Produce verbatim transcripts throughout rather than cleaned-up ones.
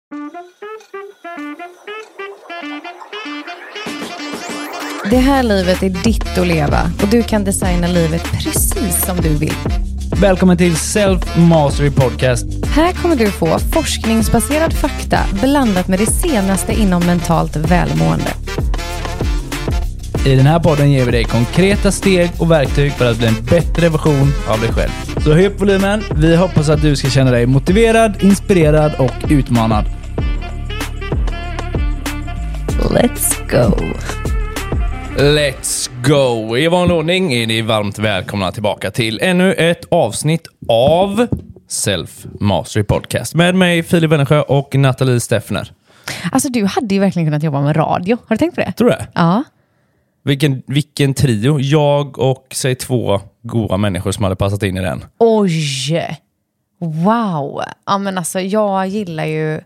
Det här livet är ditt att leva och du kan designa livet precis som du vill. Välkommen till Self Mastery Podcast. Här kommer du få forskningsbaserad fakta blandat med det senaste inom mentalt välmående. I den här podden ger vi dig konkreta steg och verktyg för att bli en bättre version av dig själv. Så höj upp volymen. Vi hoppas att du ska känna dig motiverad, inspirerad och utmanad. Let's go! Let's go! I vanlig ordning är ni varmt välkomna tillbaka till ännu ett avsnitt av Self Mastery Podcast med mig Filip Wennersjö och Nathalie Steffner. Alltså du hade ju verkligen kunnat jobba med radio. Har du tänkt på det? Tror du det? Ja. Vilken, vilken trio. Jag och säg två goda människor som hade passat in i den. Oj! Wow! Ja men alltså jag gillar ju...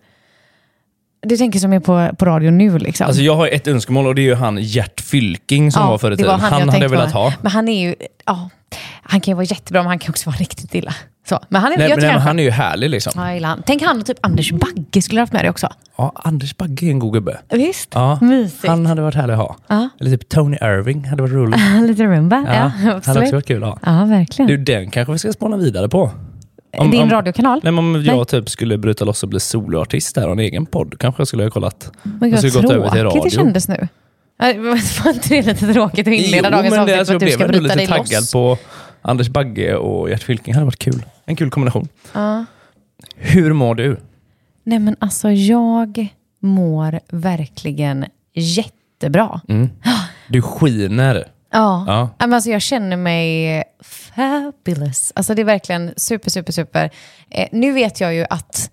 Du tänker som är på, på radio nu liksom. Alltså jag har ett önskemål och det är ju han Gert Fylking som ja, var förr i tiden. Han, han jag hade jag velat ha. Men han är ju... Ja, han kan ju vara jättebra men han kan också vara riktigt illa. Så. Men han är, nej, jag nej, men han, han är ju härlig liksom. Ja, jag gillar han. Tänk han och typ Anders Bagge skulle ha haft med dig också. Ja, Anders Bagge är en god gubbe. Visst? Ja, mysigt. Han hade varit härlig att ha. Ja. Eller typ Tony Irving hade varit roligt. Lite rumba, ja, ja absolut. hade också varit kul att ha. Ja, verkligen. Du, den kanske vi ska spåna vidare på. Om, Din om, radiokanal? Nej, men om jag nej. typ skulle bryta loss och bli soloartist där och en egen podd, kanske jag skulle ha kollat. Men gud, vad tråkigt det kändes nu. Det var inte det lite tråkigt att inleda jo, dagens avsnitt för att du ska bryta dig loss? Jag blev lite taggad på Anders Bagge och Gert Fylking. Det hade varit kul. En kul kombination. Ja. Hur mår du? Nej men alltså jag mår verkligen jättebra. Mm. Du skiner. Ja, ja. Men alltså jag känner mig fabulous. Alltså det är verkligen super, super, super. Eh, nu vet jag ju att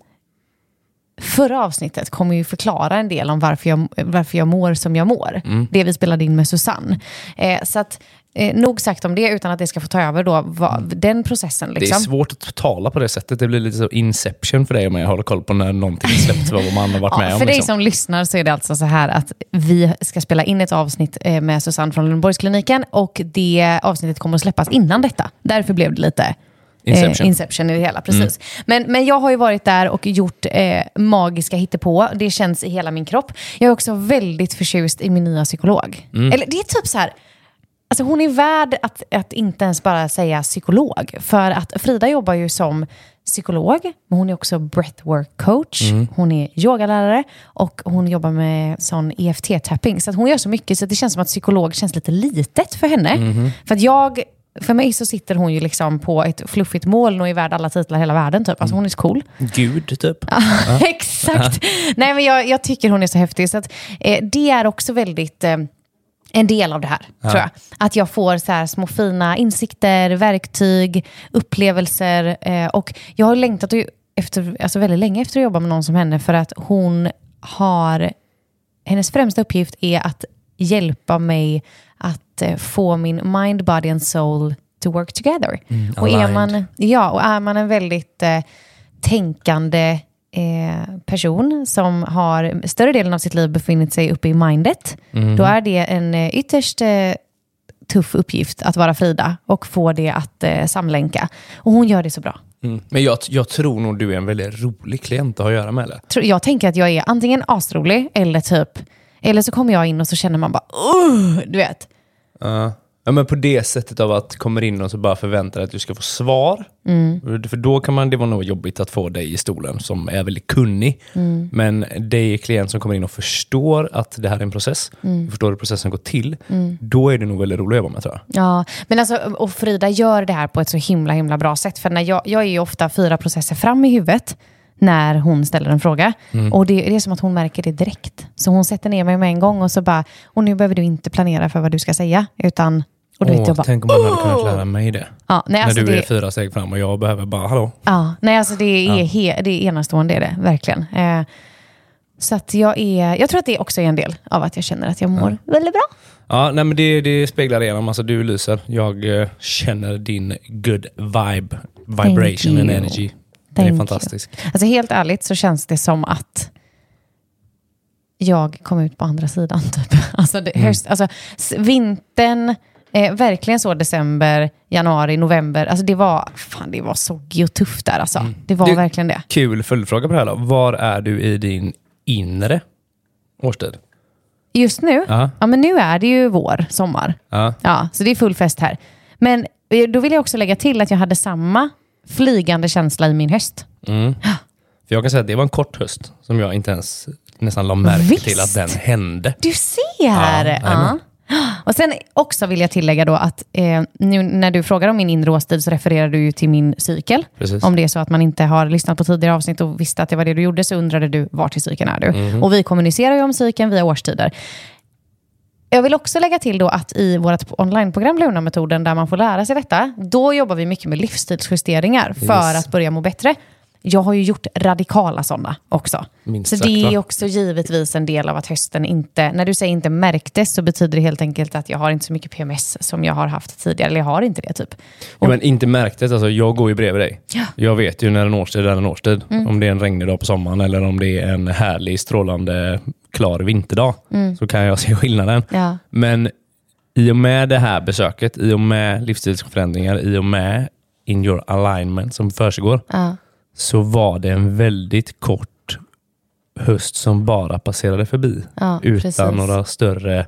förra avsnittet kommer ju förklara en del om varför jag, varför jag mår som jag mår. Mm. Det vi spelade in med Susanne. Eh, så att Eh, nog sagt om det utan att det ska få ta över då va, den processen liksom. Det är svårt att tala på det sättet. Det blir lite så inception för dig om jag håller koll på när någonting släppts vad man har varit ja, med om. För liksom. dig som lyssnar så är det alltså så här att vi ska spela in ett avsnitt eh, med Susanne från Lundborgskliniken och det avsnittet kommer att släppas innan detta. Därför blev det lite Inception. Eh, Inception i det hela, precis. Mm. Men, men jag har ju varit där och gjort eh, magiska hittepå. Det känns i hela min kropp. Jag är också väldigt förtjust i min nya psykolog. Mm. Eller det är typ så här. Alltså hon är värd att, att inte ens bara säga psykolog. För att Frida jobbar ju som psykolog. Men hon är också breathwork coach. Mm. Hon är yogalärare. Och hon jobbar med sån E F T-tapping. Så att hon gör så mycket så att det känns som att psykolog känns lite litet för henne. Mm. För att jag... För mig så sitter hon ju liksom på ett fluffigt moln och är värd alla titlar i hela världen typ. Alltså hon är så cool. Gud typ. Ja. Exakt. Nej men jag, jag tycker hon är så häftig. Så att, eh, det är också väldigt... Eh, en del av det här, ja. tror jag. Att jag får så här små fina insikter, verktyg, upplevelser. Eh, och jag har längtat efter, alltså väldigt länge efter att jobba med någon som henne. För att hon har... Hennes främsta uppgift är att hjälpa mig att eh, få min mind, body and soul to work together. Mm, och, är man, ja, och är man en väldigt eh, tänkande... Eh, person som har större delen av sitt liv befunnit sig uppe i mindet, mm. då är det en eh, ytterst eh, tuff uppgift att vara Frida och få det att eh, samlänka. Och hon gör det så bra. Mm. Men jag, jag tror nog du är en väldigt rolig klient att ha att göra med. Eller? Jag tänker att jag är antingen asrolig eller typ, eller så kommer jag in och så känner man bara, uh, du vet. Uh. Ja, men på det sättet av att kommer in och så bara förväntar att du ska få svar. Mm. För då kan man, det var nog jobbigt att få dig i stolen som är väldigt kunnig. Mm. Men det är klient som kommer in och förstår att det här är en process. Mm. Förstår hur processen går till. Mm. Då är det nog väldigt roligt att jobba med, tror jag. Ja, men alltså, och Frida gör det här på ett så himla himla bra sätt. För när jag, jag är ju ofta fyra processer fram i huvudet när hon ställer en fråga. Mm. Och det, det är som att hon märker det direkt. Så hon sätter ner mig med en gång och så bara, och nu behöver du inte planera för vad du ska säga, utan och du Åh, vet, jag bara, tänk om man hade kunnat lära mig det. Ja, nej, alltså när du det, är fyra steg fram och jag behöver bara, hallå. Ja, nej alltså det är, ja. he, det är enastående, är det, verkligen. Eh, så att jag är, jag tror att det också är en del av att jag känner att jag mår ja. väldigt bra. Ja, nej men det, det speglar igenom, alltså du lyser. Jag eh, känner din good vibe, vibration and energy. Det är fantastiskt. Alltså helt ärligt så känns det som att jag kom ut på andra sidan typ. Alltså, det, mm. höst, alltså vintern Eh, verkligen så december, januari, november. Alltså det var, fan det var så tufft där alltså. Mm. Det var du, verkligen det. Kul följdfråga på det här då. Var är du i din inre årstid? Just nu? Ja. Ja, men nu är det ju vår, sommar. Ja. Ja, så det är full fest här. Men då vill jag också lägga till att jag hade samma flygande känsla i min höst. Mm. För jag kan säga att det var en kort höst som jag inte ens nästan la märke Visst. till att den hände. Du ser! Ja, ja. Och sen också vill jag tillägga då att eh, nu när du frågar om min inre årstid så refererar du ju till min cykel. Precis. Om det är så att man inte har lyssnat på tidigare avsnitt och visste att det var det du gjorde så undrade du vart i cykeln är du. Mm. Och vi kommunicerar ju om cykeln via årstider. Jag vill också lägga till då att i vårt onlineprogram Luna-metoden där man får lära sig detta, då jobbar vi mycket med livsstilsjusteringar för yes. att börja må bättre. Jag har ju gjort radikala sådana också. Minst så sagt, det är va? också givetvis en del av att hösten inte, när du säger inte märktes så betyder det helt enkelt att jag har inte så mycket P M S som jag har haft tidigare. Eller jag har inte det typ. Och, ja, men inte märktes, alltså jag går ju bredvid dig. Ja. Jag vet ju när en årstid är en årstid. Mm. Om det är en regnig dag på sommaren eller om det är en härlig, strålande, klar vinterdag. Mm. Så kan jag se skillnaden. Ja. Men i och med det här besöket, i och med livsstilsförändringar, i och med in your alignment som försiggår. Ja. Så var det en väldigt kort höst som bara passerade förbi. Ja, utan precis. några större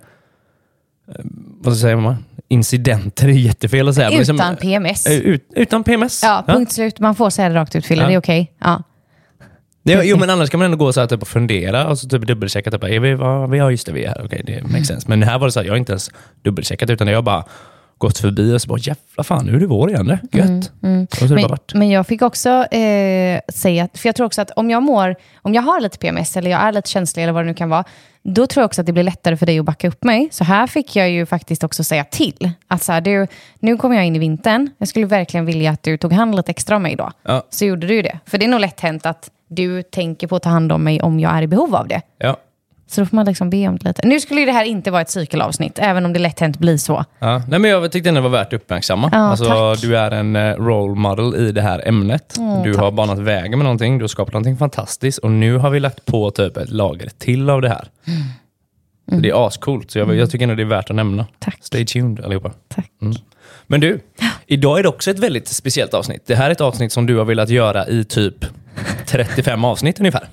vad säger man? Incidenter är jättefel att säga. Utan liksom, P M S. Ut, utan P M S. Ja, punkt ja. slut. Man får säga det rakt ut. Fylla, ja. Det är okej. Okay. Ja. Det, jo, men annars kan man ändå gå så här typ och fundera och så typ dubbelchecka typ, är vi, vad, vi har just det, vi är här. Okej, okay, det makes sense. Men här var det så här, jag har inte ens dubbelcheckat utan jag bara gått förbi och så bara, jävla fan, nu är det vår igen det. Gött. Mm, mm. Och så men, det bara men jag fick också eh, säga, för jag tror också att om jag mår, om jag har lite P M S eller jag är lite känslig eller vad det nu kan vara, då tror jag också att det blir lättare för dig att backa upp mig. Så här fick jag ju faktiskt också säga till. Att så här, du, nu kommer jag in i vintern. Jag skulle verkligen vilja att du tog hand lite extra om mig då. Ja. Så gjorde du det. För det är nog lätt hänt att du tänker på att ta hand om mig om jag är i behov av det. Ja. Så då får man liksom be om det lite. Nu skulle ju det här inte vara ett cykelavsnitt, även om det lätt hänt blir så. Ja. Nej, men jag tyckte det var värt att uppmärksamma. Ja, alltså, du är en role model i det här ämnet. Mm, du tack. har banat vägen med någonting. Du har skapat någonting fantastiskt. Och nu har vi lagt på typ ett lager till av det här. Mm. Så det är ascoolt. Så jag, mm. jag tycker ändå det är värt att nämna. Tack. Stay tuned allihopa. Tack. Mm. Men du, idag är det också ett väldigt speciellt avsnitt. Det här är ett avsnitt som du har velat göra i typ trettiofem avsnitt ungefär.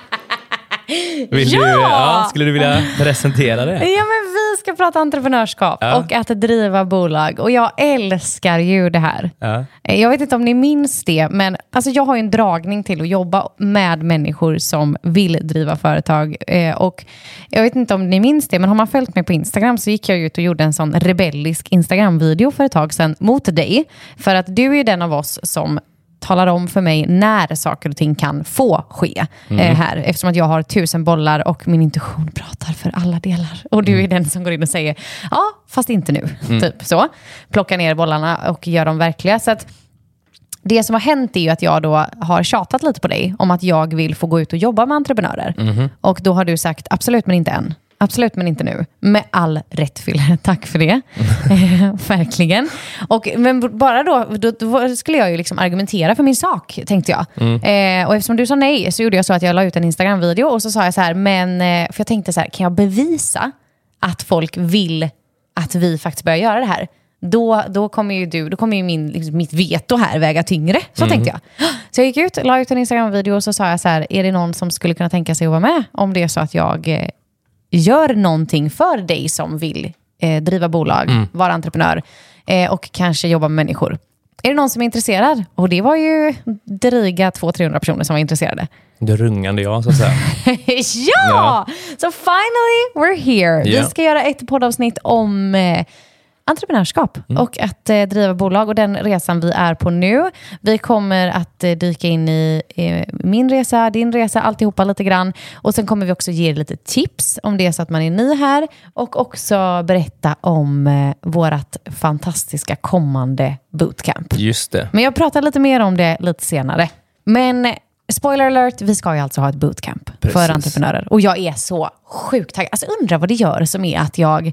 Vill ja! Du, ja! Skulle du vilja presentera det? Ja, men vi ska prata entreprenörskap ja. och att driva bolag. Och jag älskar ju det här. Ja. Jag vet inte om ni minns det, men alltså jag har ju en dragning till att jobba med människor som vill driva företag. Och jag vet inte om ni minns det, men har man följt mig på Instagram så gick jag ut och gjorde en sån rebellisk Instagram-video för ett tag sedan mot dig. För att du är ju den av oss som talar om för mig när saker och ting kan få ske mm. eh, här. Eftersom att jag har tusen bollar och min intuition pratar för alla delar. Och du är den som går in och säger, ja, fast inte nu. Mm. Typ så. Plocka ner bollarna och gör dem verkliga. Så att det som har hänt är ju att jag då har tjatat lite på dig om att jag vill få gå ut och jobba med entreprenörer. Mm. Och då har du sagt, absolut men inte än. Absolut, men inte nu. Med all rätt, Fille. Tack för det. Verkligen. Och, men bara då, då, då skulle jag ju liksom argumentera för min sak, tänkte jag. Mm. Eh, och eftersom du sa nej så gjorde jag så att jag la ut en Instagram-video och så sa jag så här, men, för jag tänkte så här, kan jag bevisa att folk vill att vi faktiskt börjar göra det här? Då, då kommer ju du, då kommer ju min, liksom, mitt veto här väga tyngre. Så mm. tänkte jag. Så jag gick ut, la ut en Instagram-video och så sa jag så här, är det någon som skulle kunna tänka sig att vara med om det är så att jag eh, gör någonting för dig som vill eh, driva bolag, mm. vara entreprenör eh, och kanske jobba med människor. Är det någon som är intresserad? Och det var ju dryga två till trehundra personer som var intresserade. Det rungande jag, så att säga. ja! ja! Så finally, we're here. Yeah. Vi ska göra ett poddavsnitt om eh, entreprenörskap mm. och att eh, driva bolag och den resan vi är på nu. Vi kommer att eh, dyka in i eh, min resa, din resa, alltihopa lite grann. Och sen kommer vi också ge er lite tips om det är så att man är ny här och också berätta om eh, vårat fantastiska kommande bootcamp. Just det. Men jag pratar lite mer om det lite senare. Men eh, spoiler alert, vi ska ju alltså ha ett bootcamp Precis. För entreprenörer. Och jag är så sjukt taggad. Alltså undrar vad det gör som är att jag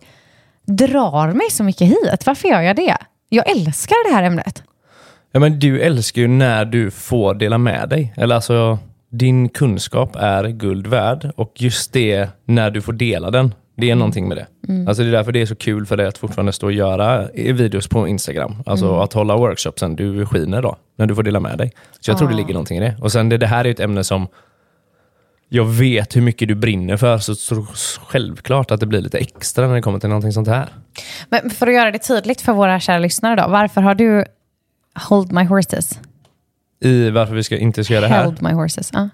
drar mig så mycket hit. Varför gör jag det? Jag älskar det här ämnet. Ja, men du älskar ju när du får dela med dig. Eller alltså, din kunskap är guld värd. Och just det, när du får dela den. Det är någonting med det. Mm. Alltså det är därför det är så kul för dig att fortfarande stå och göra videos på Instagram. Alltså mm. att hålla workshopsen. Du skiner då, när du får dela med dig. Så jag ah. tror det ligger någonting i det. Och sen det, det här är ett ämne som jag vet hur mycket du brinner för. Så, så självklart att det blir lite extra när det kommer till någonting sånt här. Men för att göra det tydligt för våra kära lyssnare då. Varför har du hold my horses? I varför vi ska, inte ska göra det här? Hold my horses, ja.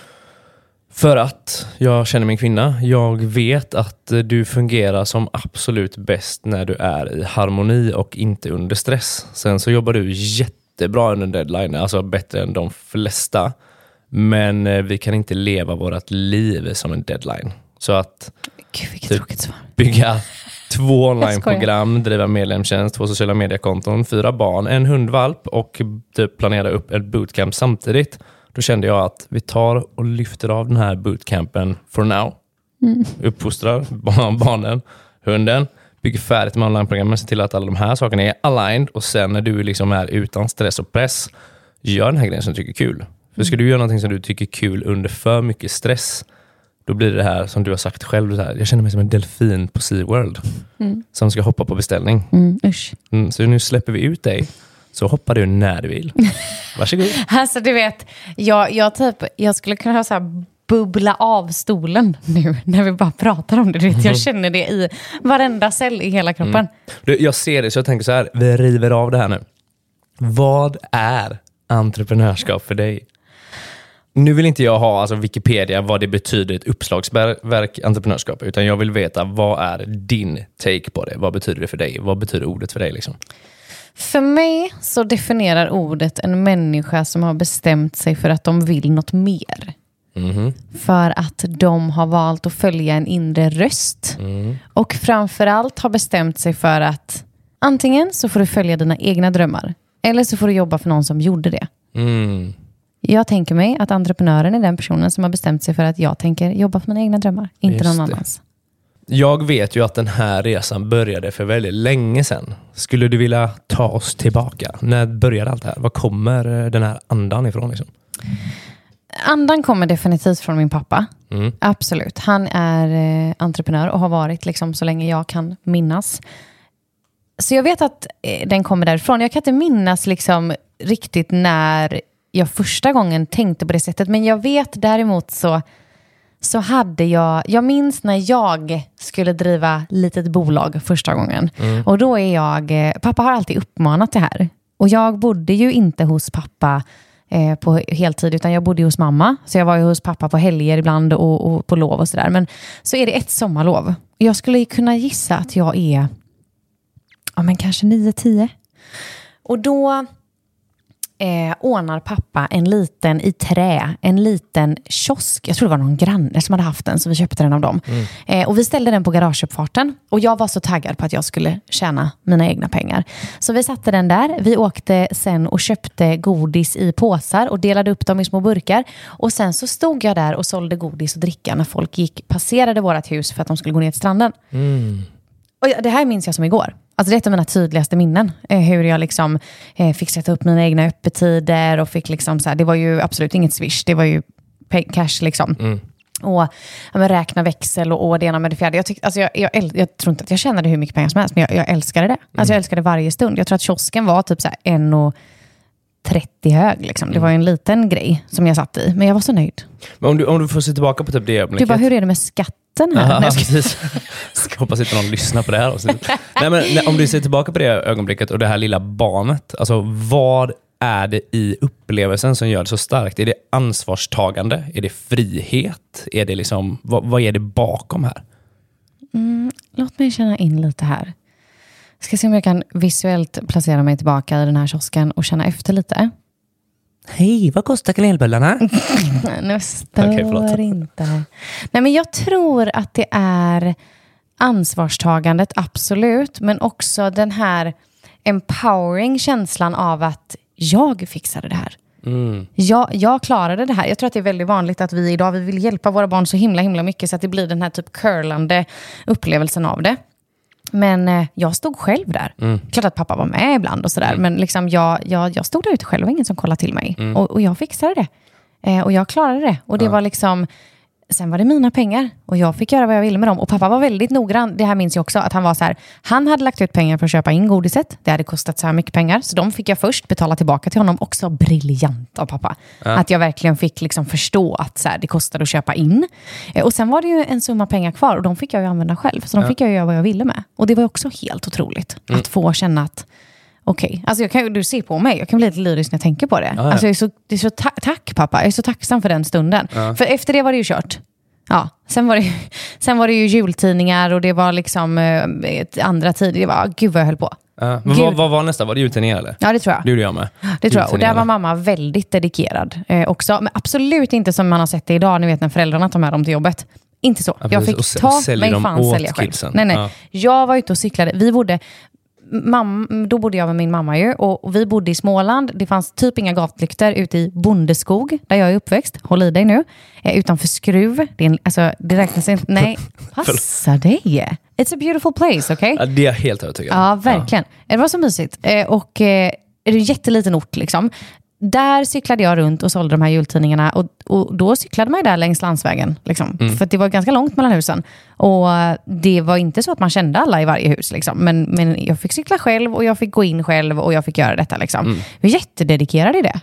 För att jag känner min kvinna. Jag vet att du fungerar som absolut bäst när du är i harmoni och inte under stress. Sen så jobbar du jättebra under deadline, alltså bättre än de flesta. Men vi kan inte leva vårt liv som en deadline. Så att Gud, vilket typ tråkigt svar. Bygga två onlineprogram, driva medlemstjänst, två sociala mediekonton, fyra barn, en hundvalp och typ planera upp ett bootcamp samtidigt. Då kände jag att vi tar och lyfter av den här bootcampen for now. Mm. Uppfostrar barnen, hunden, bygger färdigt med onlineprogrammet, ser till att alla de här sakerna är aligned och sen när du liksom är utan stress och press, gör den här grejen som du tycker är kul. För ska du göra någonting som du tycker är kul under för mycket stress, då blir det här som du har sagt själv, så här, jag känner mig som en delfin på SeaWorld mm. som ska hoppa på beställning. Mm, usch. Mm, så nu släpper vi ut dig. Så hoppar du när du vill. Varsågod. Alltså du vet, jag, jag, typ, jag skulle kunna ha så här bubbla av stolen nu när vi bara pratar om det. Du vet, jag känner det i varenda cell i hela kroppen. Mm. Du, jag ser det så jag tänker så här, vi river av det här nu. Vad är entreprenörskap för dig? Nu vill inte jag ha alltså Wikipedia vad det betyder ett uppslagsverk entreprenörskap, utan jag vill veta vad är din take på det? Vad betyder det för dig? Vad betyder ordet för dig liksom? För mig så definierar ordet en människa som har bestämt sig för att de vill något mer. Mm. För att de har valt att följa en inre röst. Mm. Och framförallt har bestämt sig för att antingen så får du följa dina egna drömmar. Eller så får du jobba för någon som gjorde det. Mm. Jag tänker mig att entreprenören är den personen som har bestämt sig för att jag tänker jobba för mina egna drömmar. Inte Just någon det. annans. Jag vet ju att den här resan började för väldigt länge sedan. Skulle du vilja ta oss tillbaka? När började allt det här? Var kommer den här andan ifrån? Liksom? Andan kommer definitivt från min pappa. Mm. Absolut. Han är eh, entreprenör och har varit liksom så länge jag kan minnas. Så jag vet att eh, den kommer därifrån. Jag kan inte minnas liksom riktigt när jag första gången tänkte på det sättet. Men jag vet däremot så... så hade jag, jag minns när jag skulle driva litet bolag första gången. Mm. Och då är jag, pappa har alltid uppmanat det här. Och jag bodde ju inte hos pappa eh, på heltid, utan jag bodde hos mamma. Så jag var ju hos pappa på helger ibland och, och på lov och sådär. Men så är det ett sommarlov. Jag skulle kunna gissa att jag är, ja men kanske nio tio. Och då... Eh, ordnar pappa en liten i trä, en liten kiosk. Jag tror det var någon granne som hade haft den, så vi köpte den av dem. Mm. Eh, och vi ställde den på garageuppfarten. Och jag var så taggad på att jag skulle tjäna mina egna pengar. Så vi satte den där. Vi åkte sen och köpte godis i påsar och delade upp dem i små burkar. Och sen så stod jag där och sålde godis och dricka när folk gick, passerade vårat hus för att de skulle gå ner till stranden. Mm. Och det här minns jag som igår. Alltså det är ett av mina tydligaste minnen. Eh, hur jag liksom eh, fick sätta upp mina egna öppettider och fick liksom så här, det var ju absolut inget swish, det var ju pay- cash liksom. Mm. Och ja, men räkna växel och, och det ena med det fjärde. Jag, tyck, alltså jag, jag, jag, jag tror inte att jag tjänade hur mycket pengar som helst, men jag, jag älskade det. Alltså mm. jag älskade varje stund. Jag tror att kiosken var typ så här en och trettio hög liksom. Det var ju en liten grej som jag satt i, men jag var så nöjd. Men om du, om du får se tillbaka på typ det ögonblicket. Du bara, hur är det med skatt? Här. Aha, Nej, precis. Jag hoppas inte någon lyssnar på det här. Nej, men, nej, om du ser tillbaka på det ögonblicket och det här lilla barnet, alltså vad är det i upplevelsen som gör det så starkt? Är det ansvarstagande? Är det frihet? Är det liksom, vad, vad är det bakom här? Mm, låt mig känna in lite här. Jag ska se om jag kan visuellt placera mig tillbaka i den här kiosken och känna efter lite. Hej, vad kostar kanelbullarna? Nu står okay, inte. Nej, men jag tror att det är ansvarstagandet, absolut. Men också den här empowering känslan av att jag fixade det här. Mm. Jag, jag klarade det här. Jag tror att det är väldigt vanligt att vi idag vi vill hjälpa våra barn så himla himla mycket så att det blir den här typ curlande upplevelsen av det. Men eh, jag stod själv där. Mm. Klart att pappa var med ibland och sådär. Mm. Men liksom jag, jag, jag stod där ute själv och ingen som kollade till mig. Mm. Och, och jag fixade det. Eh, och jag klarade det. Och det ja. var liksom... sen var det mina pengar och jag fick göra vad jag ville med dem. Och pappa var väldigt noggrann, det här minns jag också, att han var så här, han hade lagt ut pengar för att köpa in godiset. Det hade kostat så här mycket pengar, så de fick jag först betala tillbaka till honom. Också briljant av pappa. Ja. Att jag verkligen fick liksom förstå att så här, det kostade att köpa in. Och sen var det ju en summa pengar kvar och de fick jag ju använda själv. Så de ja. fick jag göra vad jag ville med. Och det var också helt otroligt mm. att få känna att okej, okay. Alltså jag kan, du ser på mig, jag kan bli lite lyrisk när jag tänker på det. Ja, ja. Alltså jag är så, det är så ta- tack pappa, jag är så tacksam för den stunden. Ja. För efter det var det ju kört. Ja, sen var det, sen var det ju jultidningar och det var liksom ett andra tider. Det var, gud vad jag höll på. Ja. Men vad, vad var nästa? Var det jultidningar eller? Ja, det tror jag. Det gjorde jag med. Det tror jag. Och där var mamma väldigt dedikerad eh, också. Men absolut inte som man har sett det idag, ni vet när föräldrarna tar med dem till jobbet. Inte så. Ja, jag fick och ta mig fan sälja själv. Nej, nej. Ja. Jag var ute och cyklade. Vi bodde... Mamma, då bodde jag med min mamma ju och vi bodde i Småland. Det fanns typ inga gatlyktor ute i Bondeskog där jag är uppväxt. Håll i dig nu. Eh, utanför Skruv. Det, är en, alltså, det räknas inte. Nej, passa dig. It's a beautiful place, okej? Okay? Ja, det är helt övertygad. Ja, verkligen. Ja. Det var så mysigt. Eh, och eh, det är en jätteliten ort liksom. Där cyklade jag runt och sålde de här jultidningarna och, och då cyklade man ju där längs landsvägen liksom. Mm. För det var ganska långt mellan husen och det var inte så att man kände alla i varje hus liksom. men, men jag fick cykla själv och jag fick gå in själv och jag fick göra detta liksom. Mm. Vi är jättededikerade i det.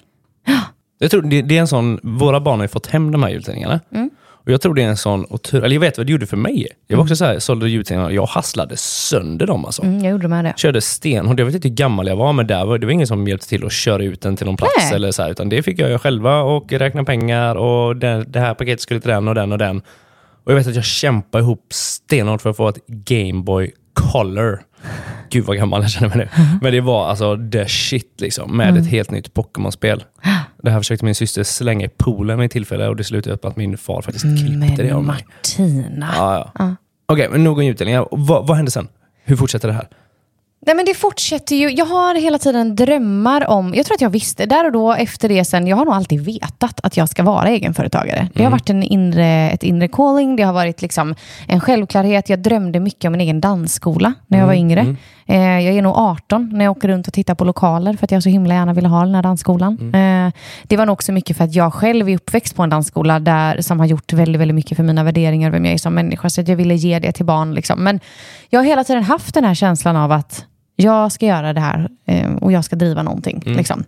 Jag tror det, det är en sån, våra barn har ju fått hem de här jultidningarna. Mm. Och jag tror det är en sån otur, eller jag vet vad det gjorde för mig. Jag var också så här, jag sålde jultidningarna, jag hasslade sönder dem alltså. Mm, jag gjorde med det. Körde sten, och jag vet inte hur gammal jag var, men där var det var ingen som hjälpte till att köra ut den till någon plats. Nej. Eller så här, utan det fick jag själva och räkna pengar och det, det här paketet skulle till den och den och den. Och jag vet att jag kämpade ihop stenhårt för att få ett Game Boy Color. Gud vad gammal jag känner mig nu. Mm. Men det var alltså the shit liksom, med mm. ett helt nytt Pokémon-spel. Det här försökte min syster slänga i poolen med tillfälle och det slutade upp att min far faktiskt klippte men det av mig. Martina. Ja, ja. Ja. Okej, okay, men nog om utdelningar. Vad, vad hände sen? Hur fortsätter det här? Nej, men det fortsätter ju. Jag har hela tiden drömmar om, jag tror att jag visste där och då efter det sen, jag har nog alltid vetat att jag ska vara egenföretagare. Det har mm. varit en inre, ett inre calling, det har varit liksom en självklarhet. Jag drömde mycket om en egen dansskola när jag mm. var yngre. Mm. Eh, jag är nog arton när jag åker runt och tittar på lokaler för att jag så himla gärna ville ha den här dansskolan. Mm. Eh, det var nog också mycket för att jag själv är uppväxt på en dansskola där, som har gjort väldigt, väldigt mycket för mina värderingar, vem jag är som människa, så att jag ville ge det till barn liksom. Men jag har hela tiden haft den här känslan av att jag ska göra det här eh, och jag ska driva någonting. Mm. Liksom.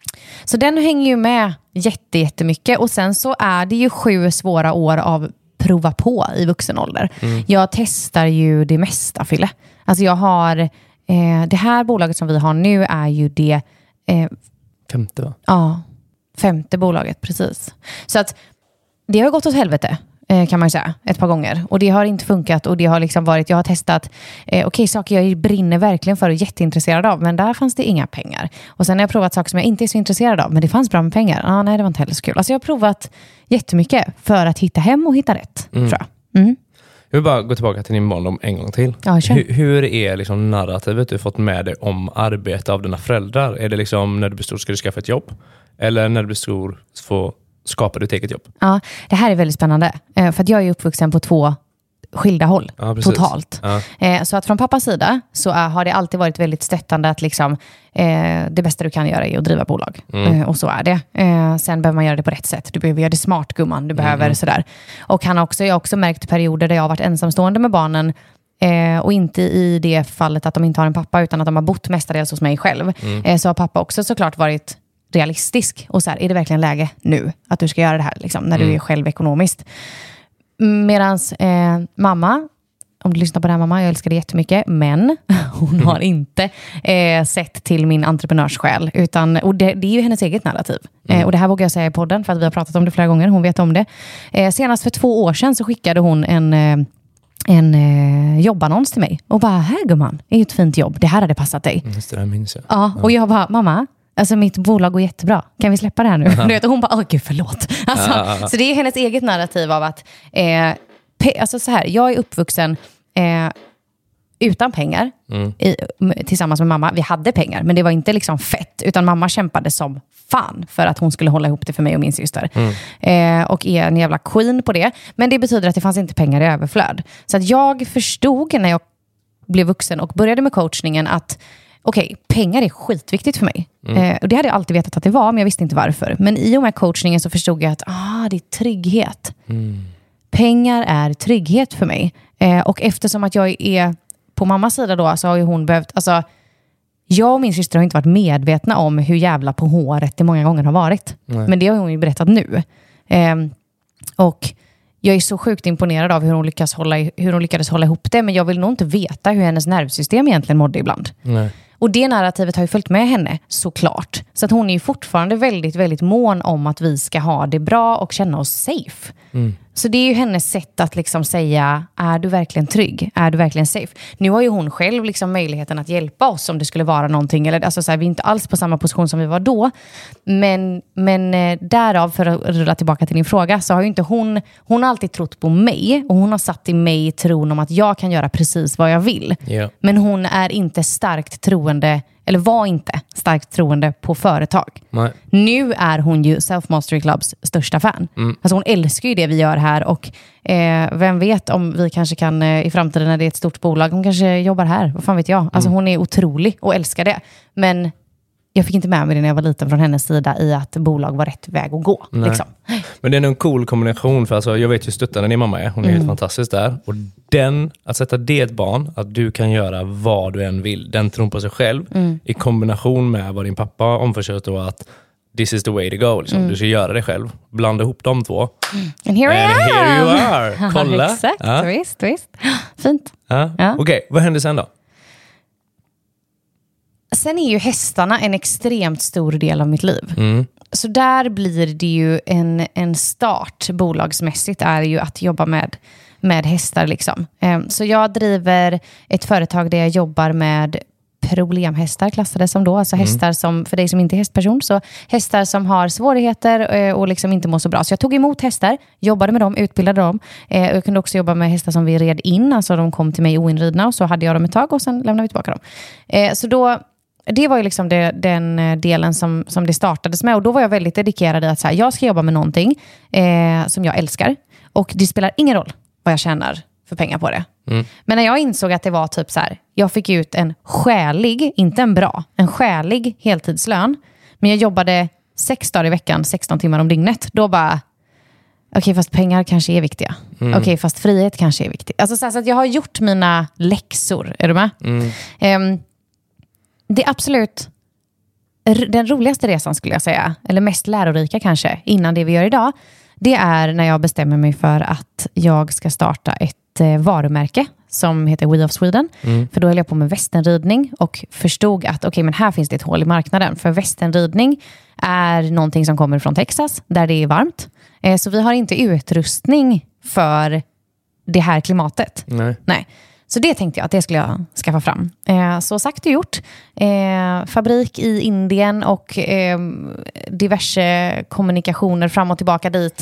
Så den hänger ju med jätte, jättemycket. Och sen så är det ju sju svåra år av prova på i vuxen ålder. Mm. Jag testar ju det mesta, Fille. Alltså jag har, eh, det här bolaget som vi har nu är ju det... Eh, femte va? Ja, femte bolaget, precis. Så att det har gått åt helvete. Kan man ju säga, ett par gånger. Och det har inte funkat och det har liksom varit, jag har testat eh, okej, okay, saker jag brinner verkligen för och är jätteintresserad av, men där fanns det inga pengar. Och sen har jag provat saker som jag inte är så intresserad av, men det fanns bra med pengar. Ah, nej, det var inte heller så kul. Alltså jag har provat jättemycket för att hitta hem och hitta rätt, mm. tror jag. Mm. Jag vill bara gå tillbaka till din barndom en gång till. Ja, hur, hur är liksom narrativet du fått med dig om arbete av dina föräldrar? Är det liksom när du blir stor ska du skaffa ett jobb? Eller när du blir stor få skapar du ett eget jobb? Ja, det här är väldigt spännande. För att jag är uppvuxen på två skilda håll, ja, totalt. Ja. Så att från pappas sida så har det alltid varit väldigt stöttande att liksom, det bästa du kan göra är att driva bolag. Mm. Och så är det. Sen behöver man göra det på rätt sätt. Du behöver göra det smart, gumman. Du behöver mm. sådär. Och han har också, jag har också märkt perioder där jag har varit ensamstående med barnen. Och inte i det fallet att de inte har en pappa, utan att de har bott mestadels hos mig själv. Mm. Så har pappa också såklart varit realistisk och så här, är det verkligen läge nu att du ska göra det här liksom, när mm. du är själv ekonomiskt. Medans eh, mamma, om du lyssnar på det här mamma, jag älskar det jättemycket, men hon mm. har inte eh, sett till min entreprenörssjäl, utan, och det, det är ju hennes eget narrativ. Mm. Eh, och det här vågar jag säga i podden för att vi har pratat om det flera gånger, hon vet om det. Eh, senast för två år sedan så skickade hon en eh, en eh, jobbannons till mig och bara, här gumman, det är ju ett fint jobb, det här hade passat dig. Just det, där minns jag. Ja, och jag bara, mamma, alltså mitt bolag går jättebra. Kan vi släppa det här nu? Uh-huh. Och hon bara, åh gud förlåt. Alltså, uh-huh. Så det är hennes eget narrativ av att, eh, pe- alltså så här, jag är uppvuxen eh, utan pengar mm. i, tillsammans med mamma. Vi hade pengar, men det var inte liksom fett. Utan mamma kämpade som fan för att hon skulle hålla ihop det för mig och min syster. Mm. Eh, och är en jävla queen på det. Men det betyder att det fanns inte pengar i överflöd. Så att jag förstod när jag blev vuxen och började med coachningen att okej, okay, pengar är skitviktigt för mig. Mm. Eh, och det hade jag alltid vetat att det var, men jag visste inte varför. Men i och med coachningen så förstod jag att ah, det är trygghet. Mm. pengar är trygghet för mig. Eh, och eftersom att jag är på mammas sida då, så har ju hon behövt, alltså jag och min syster har inte varit medvetna om hur jävla på håret det många gånger har varit. Nej. Men det har hon ju berättat nu. Eh, och jag är så sjukt imponerad av hur hon, lyckas hålla, hur hon lyckades hålla ihop det. Men jag vill nog inte veta hur hennes nervsystem egentligen mådde ibland. Nej. Och det narrativet har ju följt med henne, såklart. Så att hon är ju fortfarande väldigt, väldigt mån om att vi ska ha det bra och känna oss safe. Mm. Så det är ju hennes sätt att liksom säga, är du verkligen trygg? Är du verkligen safe? Nu har ju hon själv liksom möjligheten att hjälpa oss om det skulle vara någonting. Eller, alltså så här, vi är inte alls på samma position som vi var då. Men, men därav, för att rulla tillbaka till din fråga, så har ju inte hon, hon har alltid trott på mig. Och hon har satt i mig tron om att jag kan göra precis vad jag vill. Yeah. Men hon är inte starkt troende, eller var inte starkt troende på företag. Nej. Nu är hon ju Self Mastery Clubs största fan. Mm. Alltså hon älskar ju det vi gör här. Och eh, vem vet om vi kanske kan eh, i framtiden när det är ett stort bolag, hon kanske jobbar här. Vad fan vet jag? Alltså mm. hon är otrolig och älskar det. Men jag fick inte med mig det när jag var liten från hennes sida i att bolag var rätt väg att gå. Liksom. Men det är en cool kombination, för alltså, jag vet ju stöttande din mamma är. Hon är mm. helt fantastisk där. Och den, att sätta det ett barn, att du kan göra vad du än vill, den tron på sig själv, mm. i kombination med vad din pappa omförsökt då, att this is the way to go. Liksom. Mm. Du ska göra det själv. Blanda ihop de två. Mm. And here I And am! Here you are! Kolla! Exakt, ja. visst, visst. Fint. Ja. Ja. Okej, okay, vad händer sen då? Sen är ju hästarna en extremt stor del av mitt liv. Mm. Så där blir det ju en, en start bolagsmässigt, är ju att jobba med, med hästar. Liksom. Så jag driver ett företag där jag jobbar med problemhästar, klassade som då. Alltså mm. hästar som, för dig som inte är hästperson, så hästar som har svårigheter och liksom inte mår så bra. Så jag tog emot hästar, jobbade med dem, utbildade dem. Jag kunde också jobba med hästar som vi red in. Alltså de kom till mig oinridna och så hade jag dem ett tag och sen lämnade vi tillbaka dem. Så då det var ju liksom det, den delen som, som det startades med. Och då var jag väldigt dedikerad i att så här, jag ska jobba med någonting eh, som jag älskar. Och det spelar ingen roll vad jag tjänar för pengar på det. Mm. Men när jag insåg att det var typ så här, jag fick ut en skälig, inte en bra, en skälig heltidslön. Men jag jobbade sex dagar i veckan, sexton timmar om dygnet. Då bara, okej okay, fast pengar kanske är viktiga. Mm. Okej okay, fast frihet kanske är viktig. Alltså så, här, så att jag har gjort mina läxor, är du med? Mm. Um, Det är absolut den roligaste resan, skulle jag säga, eller mest lärorika kanske, innan det vi gör idag, det är när jag bestämmer mig för att jag ska starta ett eh, varumärke som heter We of Sweden. Mm. För då höll jag på med västernridning och förstod att okej, okay, men här finns det ett hål i marknaden. För västernridning är någonting som kommer från Texas, där det är varmt. Eh, så vi har inte utrustning för det här klimatet. Nej. Nej. Så det tänkte jag att det skulle jag skaffa fram. Eh, så sagt och gjort. Eh, fabrik i Indien och eh, diverse kommunikationer fram och tillbaka dit.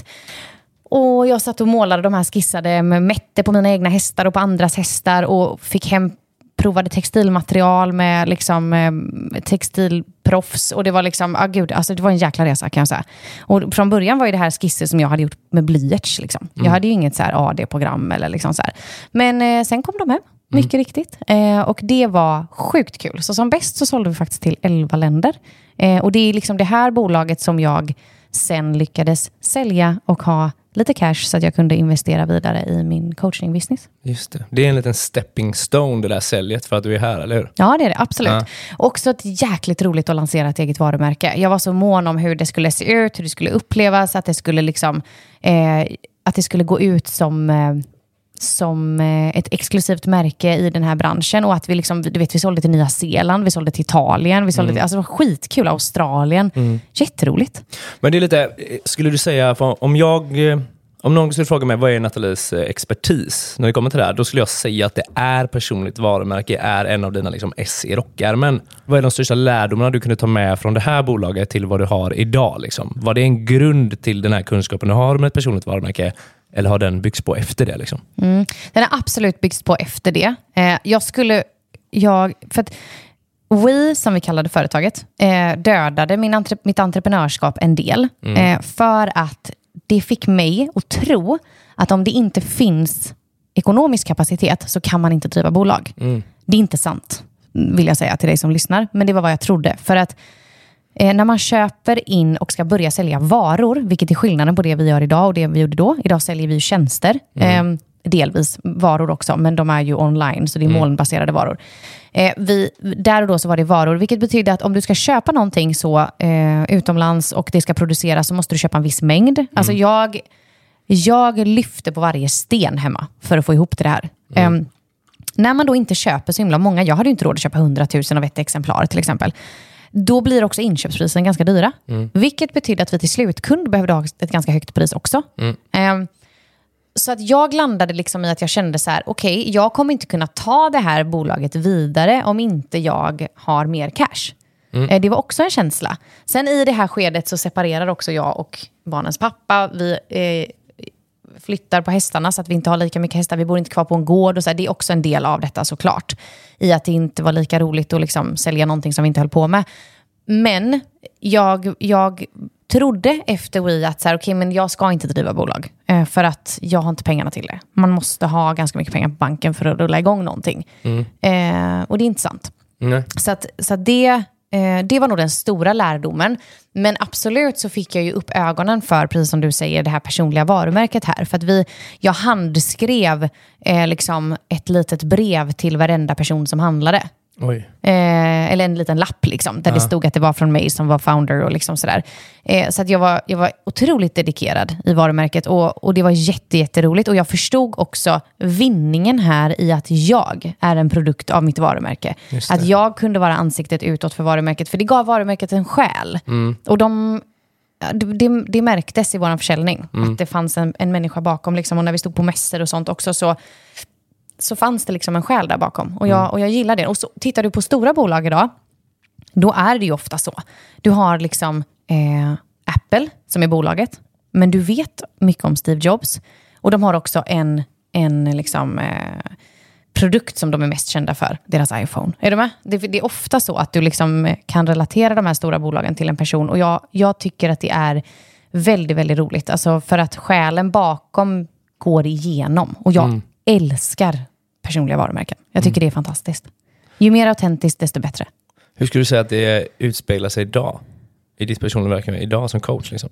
Och jag satt och målade de här skissade med mätte på mina egna hästar och på andras hästar och fick hem provade textilmaterial med liksom eh, textilproffs och det var liksom, ah gud, alltså det var en jäkla resa kan jag säga. Och från början var ju det här skisser som jag hade gjort med blyerts liksom. Mm. Jag hade ju inget så här A D-program eller liksom så här. Men eh, sen kom de hem, mycket mm. riktigt. Eh, och det var sjukt kul. Så som bäst så sålde vi faktiskt till elva länder. Eh, och det är liksom det här bolaget som jag sen lyckades sälja och ha lite cash så att jag kunde investera vidare i min coaching-business. Just det. Det är en liten stepping stone det där säljet för att du är här, eller hur? Ja, det är det. Absolut. Ja. Också ett jäkligt roligt att lansera ett eget varumärke. Jag var så mån om hur det skulle se ut, hur det skulle upplevas, att det skulle liksom eh, att det skulle gå ut som eh, som ett exklusivt märke i den här branschen och att vi liksom, du vet, vi sålde till Nya Zeeland, vi sålde till Italien, vi sålde mm. till, alltså det var skitkul, Australien. Mm. Jätteroligt. Men det är lite, skulle du säga, för om jag, om någon skulle fråga mig vad är Nathalies expertis när det kommer till det här, då skulle jag säga att det är personligt varumärke, är en av dina liksom S i rockärmen. Vad är de största lärdomarna du kunde ta med från det här bolaget till vad du har idag liksom? Var det en grund till den här kunskapen du har med ett personligt varumärke? Eller har den byggts på efter det? Liksom? Mm. Den har absolut byggts på efter det. Eh, jag skulle... Jag, för att We, som vi kallade företaget, eh, dödade min entre, mitt entreprenörskap en del. Mm. Eh, för att det fick mig att tro att om det inte finns ekonomisk kapacitet så kan man inte driva bolag. Mm. Det är inte sant, vill jag säga till dig som lyssnar. Men det var vad jag trodde. För att eh, när man köper in och ska börja sälja varor, vilket är skillnaden på det vi gör idag och det vi gjorde då. Idag säljer vi ju tjänster, mm. eh, delvis varor också, men de är ju online, så det är mm. molnbaserade varor. Eh, vi, där och då så var det varor, vilket betyder att om du ska köpa någonting så eh, utomlands och det ska produceras så måste du köpa en viss mängd. Mm. Alltså jag, jag lyfter på varje sten hemma för att få ihop det här. Mm. Eh, när man då inte köper så himla många, jag hade ju inte råd att köpa hundratusen av ett exemplar till exempel, då blir också inköpsprisen ganska dyra. Mm. Vilket betyder att vi till slutkund behövde ha ett ganska högt pris också. Mm. Eh, Så att jag landade liksom i att jag kände så här, okej, okay, jag kommer inte kunna ta det här bolaget vidare om inte jag har mer cash. Mm. Det var också en känsla. Sen i det här skedet så separerar också jag och barnens pappa. Vi eh, flyttar på hästarna så att vi inte har lika mycket hästar. Vi bor inte kvar på en gård och så här. Det är också en del av detta såklart. I att det inte var lika roligt att liksom sälja någonting som vi inte höll på med. Men jag... jag trodde efter Wii att så här, okay, men jag ska inte driva bolag eh, för att jag har inte pengarna till det. Man måste ha ganska mycket pengar på banken för att rulla igång någonting. Mm. Eh, och det är inte sant. Mm. Så, att, så att det, eh, det var nog den stora lärdomen. Men absolut så fick jag ju upp ögonen för, precis som du säger, det här personliga varumärket här. För att vi, jag handskrev eh, liksom ett litet brev till varenda person som handlade. Oj. Eh, eller en liten lapp liksom, där ja. det stod att det var från mig som var founder och liksom sådär. Eh, så att jag var, jag var otroligt dedikerad i varumärket och, och det var jätte, jätteroligt. Och jag förstod också vinningen här i att jag är en produkt av mitt varumärke. Att jag kunde vara ansiktet utåt för varumärket, för det gav varumärket en själ. Mm. Och de... Det, det märktes i vår försäljning mm. att det fanns en, en människa bakom liksom, och när vi stod på mässor och sånt också så så fanns det liksom en själ där bakom. Och jag, mm. och jag gillar det. Och så tittar du på stora bolag idag, då är det ju ofta så. Du har liksom eh, Apple som är bolaget, men du vet mycket om Steve Jobs. Och de har också en, en liksom, eh, produkt som de är mest kända för, deras iPhone. Är du med? Det, det är ofta så att du liksom kan relatera de här stora bolagen till en person. Och jag, jag tycker att det är väldigt, väldigt roligt. Alltså för att själen bakom går igenom. Och jag mm. älskar personliga varumärken. Jag tycker mm. det är fantastiskt. Ju mer autentiskt, desto bättre. Hur skulle du säga att det utspelar sig idag? I ditt personliga verksamhet idag som coach liksom?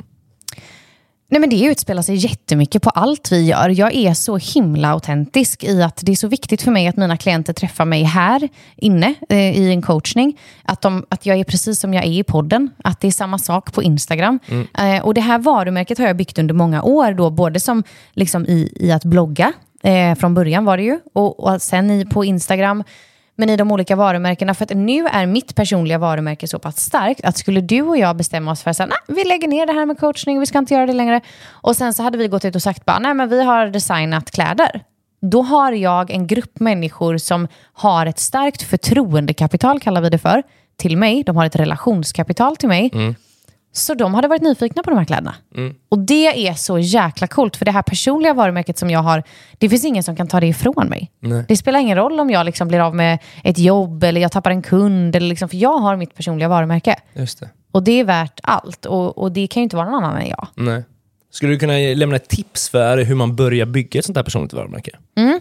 Nej, men det utspelar sig jättemycket på allt vi gör. Jag är så himla autentisk i att det är så viktigt för mig att mina klienter träffar mig här inne eh, i en coachning. Att, de, att jag är precis som jag är i podden. Att det är samma sak på Instagram. Mm. Eh, och det här varumärket har jag byggt under många år. Då, både som liksom i, i att blogga. Eh, från början var det ju. Och, och sen i, på Instagram. Men i de olika varumärkena. För att nu är mitt personliga varumärke så pass starkt. Att skulle du och jag bestämma oss för att säga, nej, vi lägger ner det här med coachning. Vi ska inte göra det längre. Och sen så hade vi gått ut och sagt bara, nej men vi har designat kläder. Då har jag en grupp människor som har ett starkt förtroendekapital, kallar vi det för. Till mig. De har ett relationskapital till mig. Mm. Så de hade varit nyfikna på de här kläderna. Mm. Och det är så jäkla coolt. För det här personliga varumärket som jag har, det finns ingen som kan ta det ifrån mig. Nej. Det spelar ingen roll om jag liksom blir av med ett jobb eller jag tappar en kund. Eller liksom, för jag har mitt personliga varumärke. Just det. Och det är värt allt. Och, och det kan ju inte vara någon annan än jag. Nej. Skulle du kunna lämna ett tips för hur man börjar bygga ett sånt här personligt varumärke? Mm.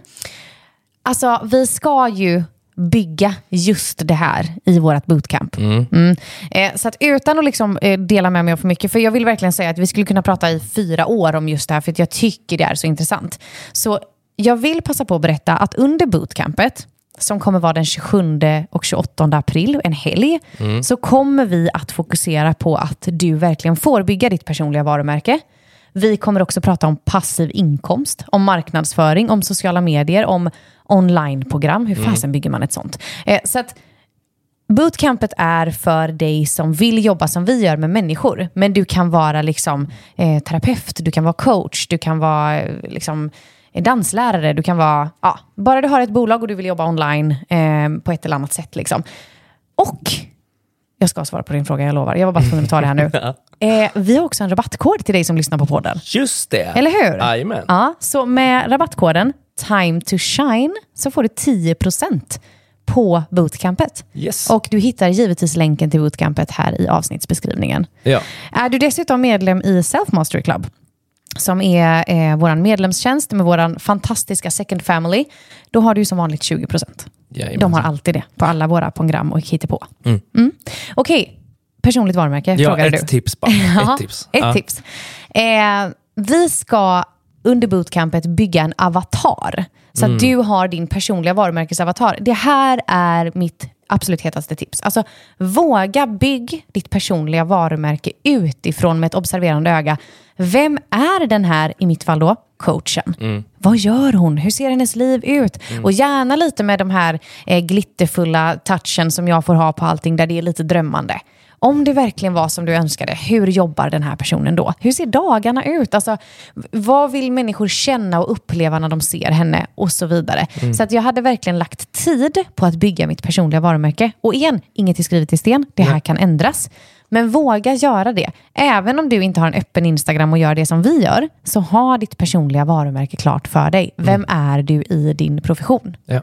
Alltså, vi ska ju bygga just det här i vårt bootcamp. Mm. Mm. Eh, så att utan att liksom, eh, dela med mig av för mycket, för jag vill verkligen säga att vi skulle kunna prata i fyra år om just det här, för att jag tycker det är så intressant. Så jag vill passa på att berätta att under bootcampet, som kommer vara den tjugosjunde och tjugoåttonde april, en helg, mm. så kommer vi att fokusera på att du verkligen får bygga ditt personliga varumärke. Vi kommer också prata om passiv inkomst, om marknadsföring, om sociala medier, om onlineprogram. Hur fasen mm. bygger man ett sånt? Eh, så att bootcampet är för dig som vill jobba som vi gör med människor. Men du kan vara liksom eh, terapeut, du kan vara coach, du kan vara eh, liksom danslärare, du kan vara, ja, bara du har ett bolag och du vill jobba online eh, på ett eller annat sätt liksom. Och jag ska svara på din fråga, jag lovar. Jag var bara tvungen att ta det här nu. ja. eh, vi har också en rabattkod till dig som lyssnar på podden. Just det. Eller hur? Jajamän. Ja, så med rabattkoden Time to Shine så får du tio procent på bootcampet. Yes. Och du hittar givetvis länken till bootcampet här i avsnittsbeskrivningen. Ja. Är du dessutom medlem i Self Mastery Club, som är eh, våran medlemstjänst med våran fantastiska Second Family, då har du som vanligt tjugo procent. Jajamän. De har alltid det på alla våra program och hittepå. Mm. Mm. Okej, okay. personligt varumärke, ja, frågade ett du. tips bara. Ja, ett tips. Ett ja. tips. Eh, vi ska under bootcampet bygga en avatar. Så Mm. att du har din personliga varumärkesavatar. Det här är mitt absolut hetaste tips. Alltså, våga bygg ditt personliga varumärke utifrån med ett observerande öga. Vem är den här, i mitt fall då, coachen? Mm. Vad gör hon? Hur ser hennes liv ut? Mm. Och gärna lite med de här eh, glitterfulla touchen som jag får ha på allting där det är lite drömmande. Om det verkligen var som du önskade, hur jobbar den här personen då? Hur ser dagarna ut? Alltså, vad vill människor känna och uppleva när de ser henne? Och så vidare. Mm. Så att jag hade verkligen lagt tid på att bygga mitt personliga varumärke. Och igen, inget är skrivet i sten. Det här mm. kan ändras. Men våga göra det. Även om du inte har en öppen Instagram och gör det som vi gör, så har ditt personliga varumärke klart för dig. Vem mm. är du i din profession? Ja.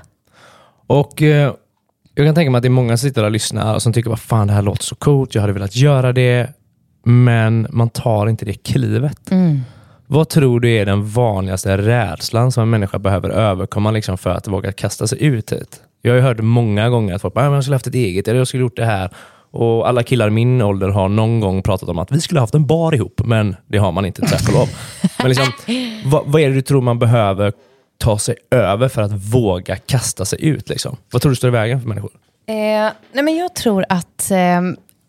Och... Eh... Jag kan tänka mig att det är många som sitter och lyssnar som tycker, vad fan, det här låter så coolt, jag hade velat göra det, men man tar inte det klivet. Mm. Vad tror du är den vanligaste rädslan som en människa behöver överkomma liksom för att våga kasta sig ut hit? Jag har ju hört många gånger att folk bara, jag skulle haft ett eget, eller jag skulle gjort det här. Och alla killar i min ålder har någon gång pratat om att vi skulle haft en bar ihop, men det har man inte, tack och lov. Men liksom, vad, vad är det du tror man behöver ta sig över för att våga kasta sig ut liksom? Vad tror du står i vägen för människor? Eh, nej men jag tror att eh,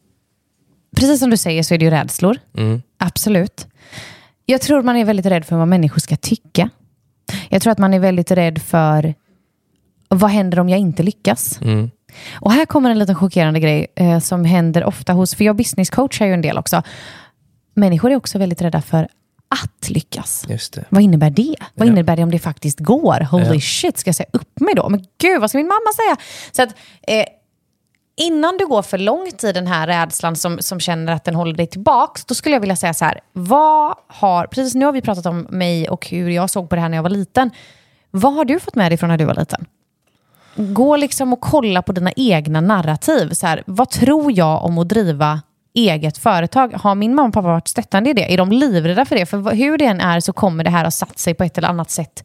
precis som du säger så är det ju rädslor. Mm. Absolut. Jag tror man är väldigt rädd för vad människor ska tycka. Jag tror att man är väldigt rädd för vad händer om jag inte lyckas. Mm. Och här kommer en liten chockerande grej eh, som händer ofta hos, för jag business coachar ju en del också. Människor är också väldigt rädda för att lyckas. Just det. Vad innebär det? Vad ja. innebär det om det faktiskt går? Holy ja. shit, ska jag säga upp mig då? Men gud, vad ska min mamma säga? Så att eh, innan du går för långt i den här rädslan som, som känner att den håller dig tillbaks, då skulle jag vilja säga så här, vad har, precis nu har vi pratat om mig och hur jag såg på det här när jag var liten. Vad har du fått med dig från när du var liten? Gå liksom och kolla på dina egna narrativ. Så här, vad tror jag om att driva eget företag? Har min mamma och pappa varit stöttande i det? Är de livrädda för det? För hur det än är så kommer det här att satt sig på ett eller annat sätt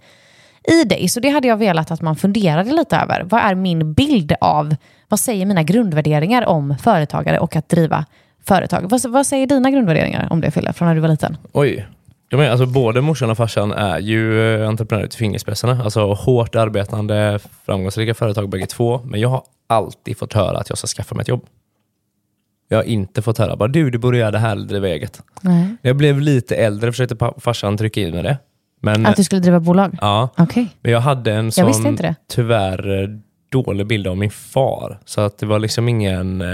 i dig. Så det hade jag velat att man funderade lite över. Vad är min bild av, vad säger mina grundvärderingar om företagare och att driva företag? Vad, vad säger dina grundvärderingar om det, Fille, från när du var liten? Oj, jag menar, alltså, både morsan och farsan är ju entreprenörer till fingerspetsarna. Alltså hårt arbetande, framgångsrika företag bägge två. Men jag har alltid fått höra att jag ska skaffa mig ett jobb. Jag har inte fått höra, bara du, du borde göra det här eller driva eget. Nej. Jag blev lite äldre, försökte farsan trycka in med det. Men, att du skulle driva bolag? Ja. Okay. Men jag hade en sån tyvärr dålig bild av min far. Så att det var liksom ingen...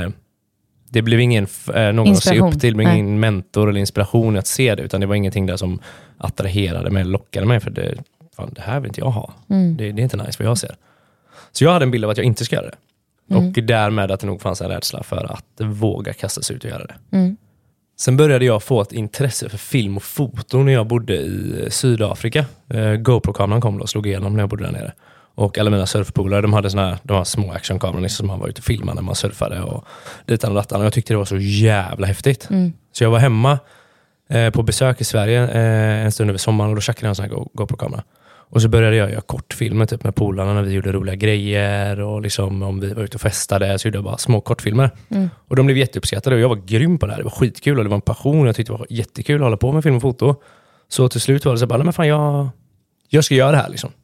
Det blev ingen någon att se upp till, men ingen mentor eller inspiration att se det. Utan det var ingenting där som attraherade mig, lockade mig. För det, fan, det här vill inte jag ha. Mm. Det, det är inte nice vad jag ser. Så jag hade en bild av att jag inte ska göra det. Mm. Och därmed att det nog fanns en rädsla för att våga kasta sig ut och göra det. Mm. Sen började jag få ett intresse för film och foto när jag bodde i Sydafrika. Eh, GoPro-kameran kom då och slog igenom när jag bodde där nere. Och alla mina surfpolare, de hade såna här, de här små actionkameror liksom, som man var ute och filmade när man surfade och ditan och datan. Och jag tyckte det var så jävla häftigt. Mm. Så jag var hemma eh, på besök i Sverige eh, en stund över sommaren och då checkade jag en sån här Go- GoPro-kamera. Och så började jag göra kortfilmer typ med polarna när vi gjorde roliga grejer och liksom om vi var ute och festade så gjorde jag bara små kortfilmer. Mm. Och de blev jätteuppskattade och jag var grym på det här. Det var skitkul och det var en passion. Jag tyckte det var jättekul att hålla på med film och foto. Så till slut var det så bara, nej men fan jag, jag ska göra det här liksom.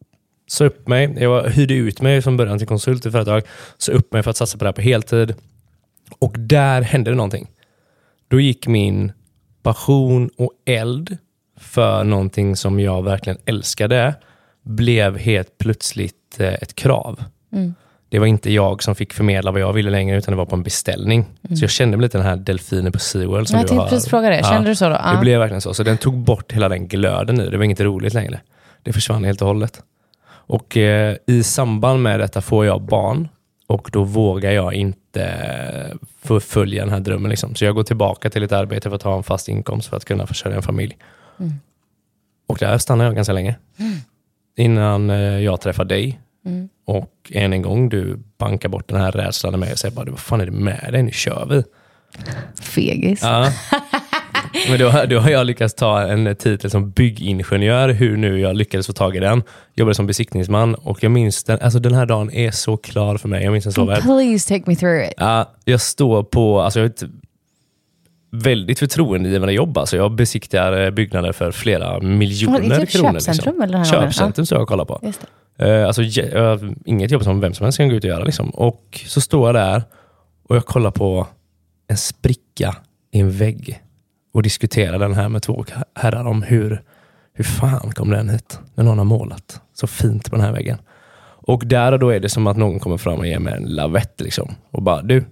Så upp mig, jag hyrde ut mig från början till konsult i företag. Så upp mig för att satsa på det här på heltid. Och där hände det någonting. Då gick min passion och eld för någonting som jag verkligen älskade blev helt plötsligt ett krav. Mm. Det var inte jag som fick förmedla vad jag ville längre utan det var på en beställning. Mm. Så jag kände mig lite den här delfinen på SeaWorld som jag du har. Precis fråga det. Kände ja, du så då? Det blev verkligen så. Så den tog bort hela den glöden i. Det var inget roligt längre. Det försvann helt och hållet. Och eh, i samband med detta får jag barn. Och då vågar jag inte förfölja den här drömmen. Liksom. Så jag går tillbaka till ett arbete för att ha en fast inkomst för att kunna försörja en familj. Mm. Och där stannar jag ganska länge. Mm. Innan eh, jag träffar dig. Mm. Och än en gång du bankar bort den här rädslan med mig och säger bara, vad fan är det med dig? Nu kör vi. Fegis. Ja. Men då, då har jag lyckats ta en titel som byggingenjör, hur nu jag lyckades få tag i den. Jobbade som besiktningsman och jag minns den, alltså den här dagen är så klar för mig. Jag minns den så väl. Please take me through it. Ja, jag står på, alltså jag har ett väldigt förtroendegivande jobb. Alltså jag besiktar byggnader för flera miljoner det är typ kronor. Köpcentrum Liksom. eller här Köpcentrum så jag kollar på. Just det. Uh, alltså, jag, inget jobb som vem som helst kan gå ut och göra. Liksom. Och så står jag där och jag kollar på en spricka i en vägg och diskuterar den här med två herrar om hur, hur fan kom den hit när någon har målat så fint på den här väggen. Och där och då är det som att någon kommer fram och ger mig en lavett liksom. Och bara, du,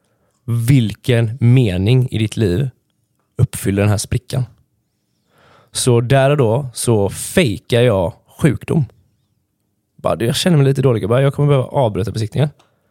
vilken mening i ditt liv uppfyller den här sprickan? Så där och då så fejkar jag sjukdom. Bara, jag känner mig lite dålig. Jag, bara, jag kommer behöva avbryta besiktningen.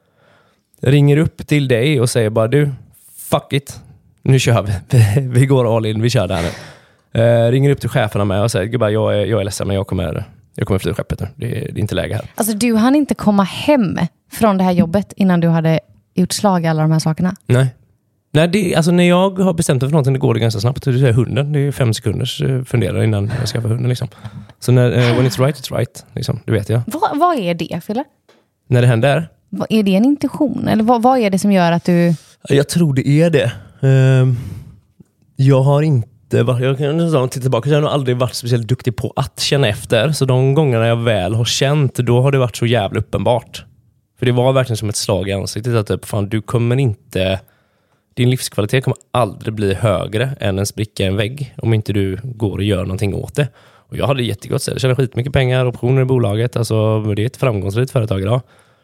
Jag ringer upp till dig och säger bara, du, fuck it. Nu kör vi. Vi går all in, vi kör där nu. Uh, ringer upp till cheferna med och säger, bara, jag, är, jag är ledsen men jag kommer, jag kommer fly skeppet nu. Det är, det är inte läge här. Alltså du hann inte komma hem från det här jobbet innan du hade gjort slag i alla de här sakerna? Nej. Nej, det, alltså när jag har bestämt mig för någonting, det går det ganska snabbt. Det är hunden, det är fem sekunders fundera innan jag skaffar hunden. Liksom. Så när, uh, when it's right, it's right. Liksom, det vet jag. Vad, vad är det, Fille? När det händer? Vad, är det en intuition? Eller vad, vad är det som gör att du... Jag tror det är det. Uh, jag har inte varit, jag kan titta tillbaka, jag har nog aldrig varit speciellt duktig på att känna efter. Så de gångerna jag väl har känt, då har det varit så jävla uppenbart. För det var verkligen som ett slag i ansiktet. Att typ, fan, du kommer inte... Din livskvalitet kommer aldrig bli högre än en spricka i en vägg om inte du går och gör någonting åt det. Och jag hade jättegott så jag tjänar skitmycket pengar, optioner i bolaget. Alltså, det är ett framgångsrikt företag idag.